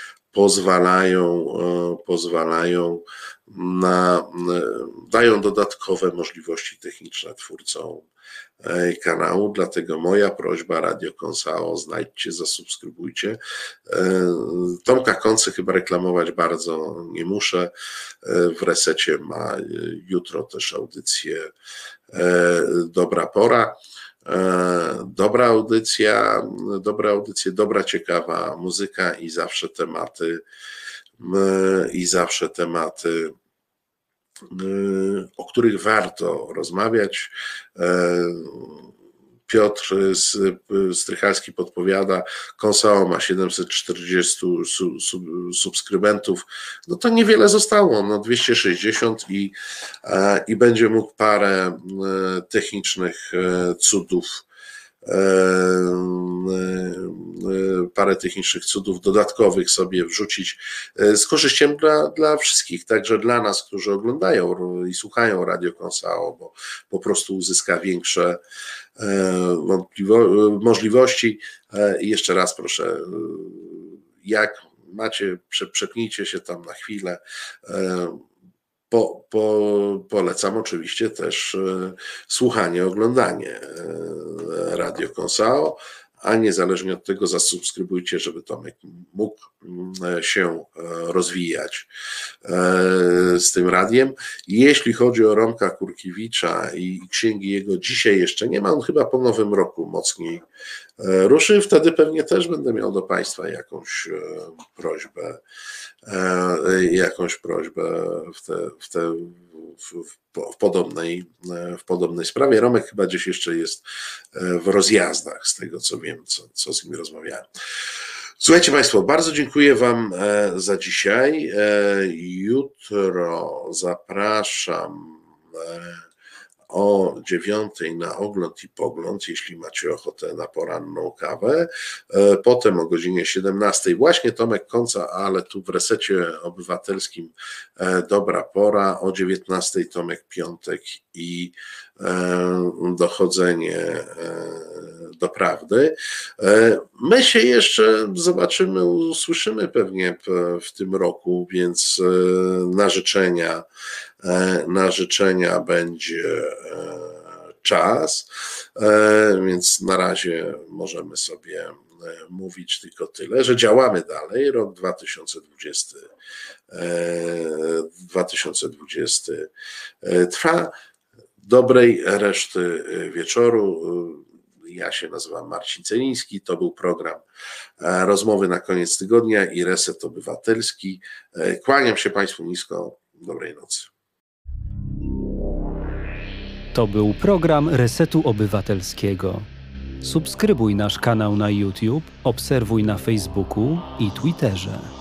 dają dodatkowe możliwości techniczne twórcom kanału, dlatego moja prośba, Radio Konsao, znajdźcie, zasubskrybujcie. Tomka Koncy chyba reklamować bardzo nie muszę. W Resecie ma jutro też audycję Dobra Pora. Dobra audycja, dobra, ciekawa muzyka i zawsze tematy, o których warto rozmawiać. Piotr Strychalski podpowiada, Konsao ma 740 subskrybentów, no to niewiele zostało, no 260 i będzie mógł parę technicznych cudów dodatkowych sobie wrzucić z korzyścią dla wszystkich, także dla nas, którzy oglądają i słuchają Radio Konsao, bo po prostu uzyska większe możliwości. I jeszcze raz proszę, jak macie, przepnijcie się tam na chwilę. Polecam oczywiście też słuchanie, oglądanie Radio Konsao, a niezależnie od tego zasubskrybujcie, żeby Tomek mógł się rozwijać z tym radiem. Jeśli chodzi o Romka Kurkiewicza i księgi jego, dzisiaj jeszcze nie ma, on chyba po nowym roku mocniej ruszy, wtedy pewnie też będę miał do Państwa jakąś prośbę w podobnej sprawie. Romek chyba gdzieś jeszcze jest w rozjazdach, z tego co wiem, co z nim rozmawiałem. Słuchajcie Państwo, bardzo dziękuję Wam za dzisiaj. Jutro zapraszam o 9:00 na Ogląd i Pogląd, jeśli macie ochotę na poranną kawę. Potem o godzinie 17:00 właśnie Tomek Konca, ale tu w Resecie Obywatelskim Dobra Pora, o 19:00 Tomek Piątek i dochodzenie do prawdy. My się jeszcze zobaczymy, usłyszymy pewnie w tym roku, więc na życzenia będzie czas, więc na razie możemy sobie mówić tylko tyle, że działamy dalej. Rok 2020 trwa. Dobrej reszty wieczoru. Ja się nazywam Marcin Celiński, to był program Rozmowy na koniec tygodnia i Reset Obywatelski. Kłaniam się Państwu nisko, dobrej nocy. To był program Resetu Obywatelskiego. Subskrybuj nasz kanał na YouTube, obserwuj na Facebooku i Twitterze.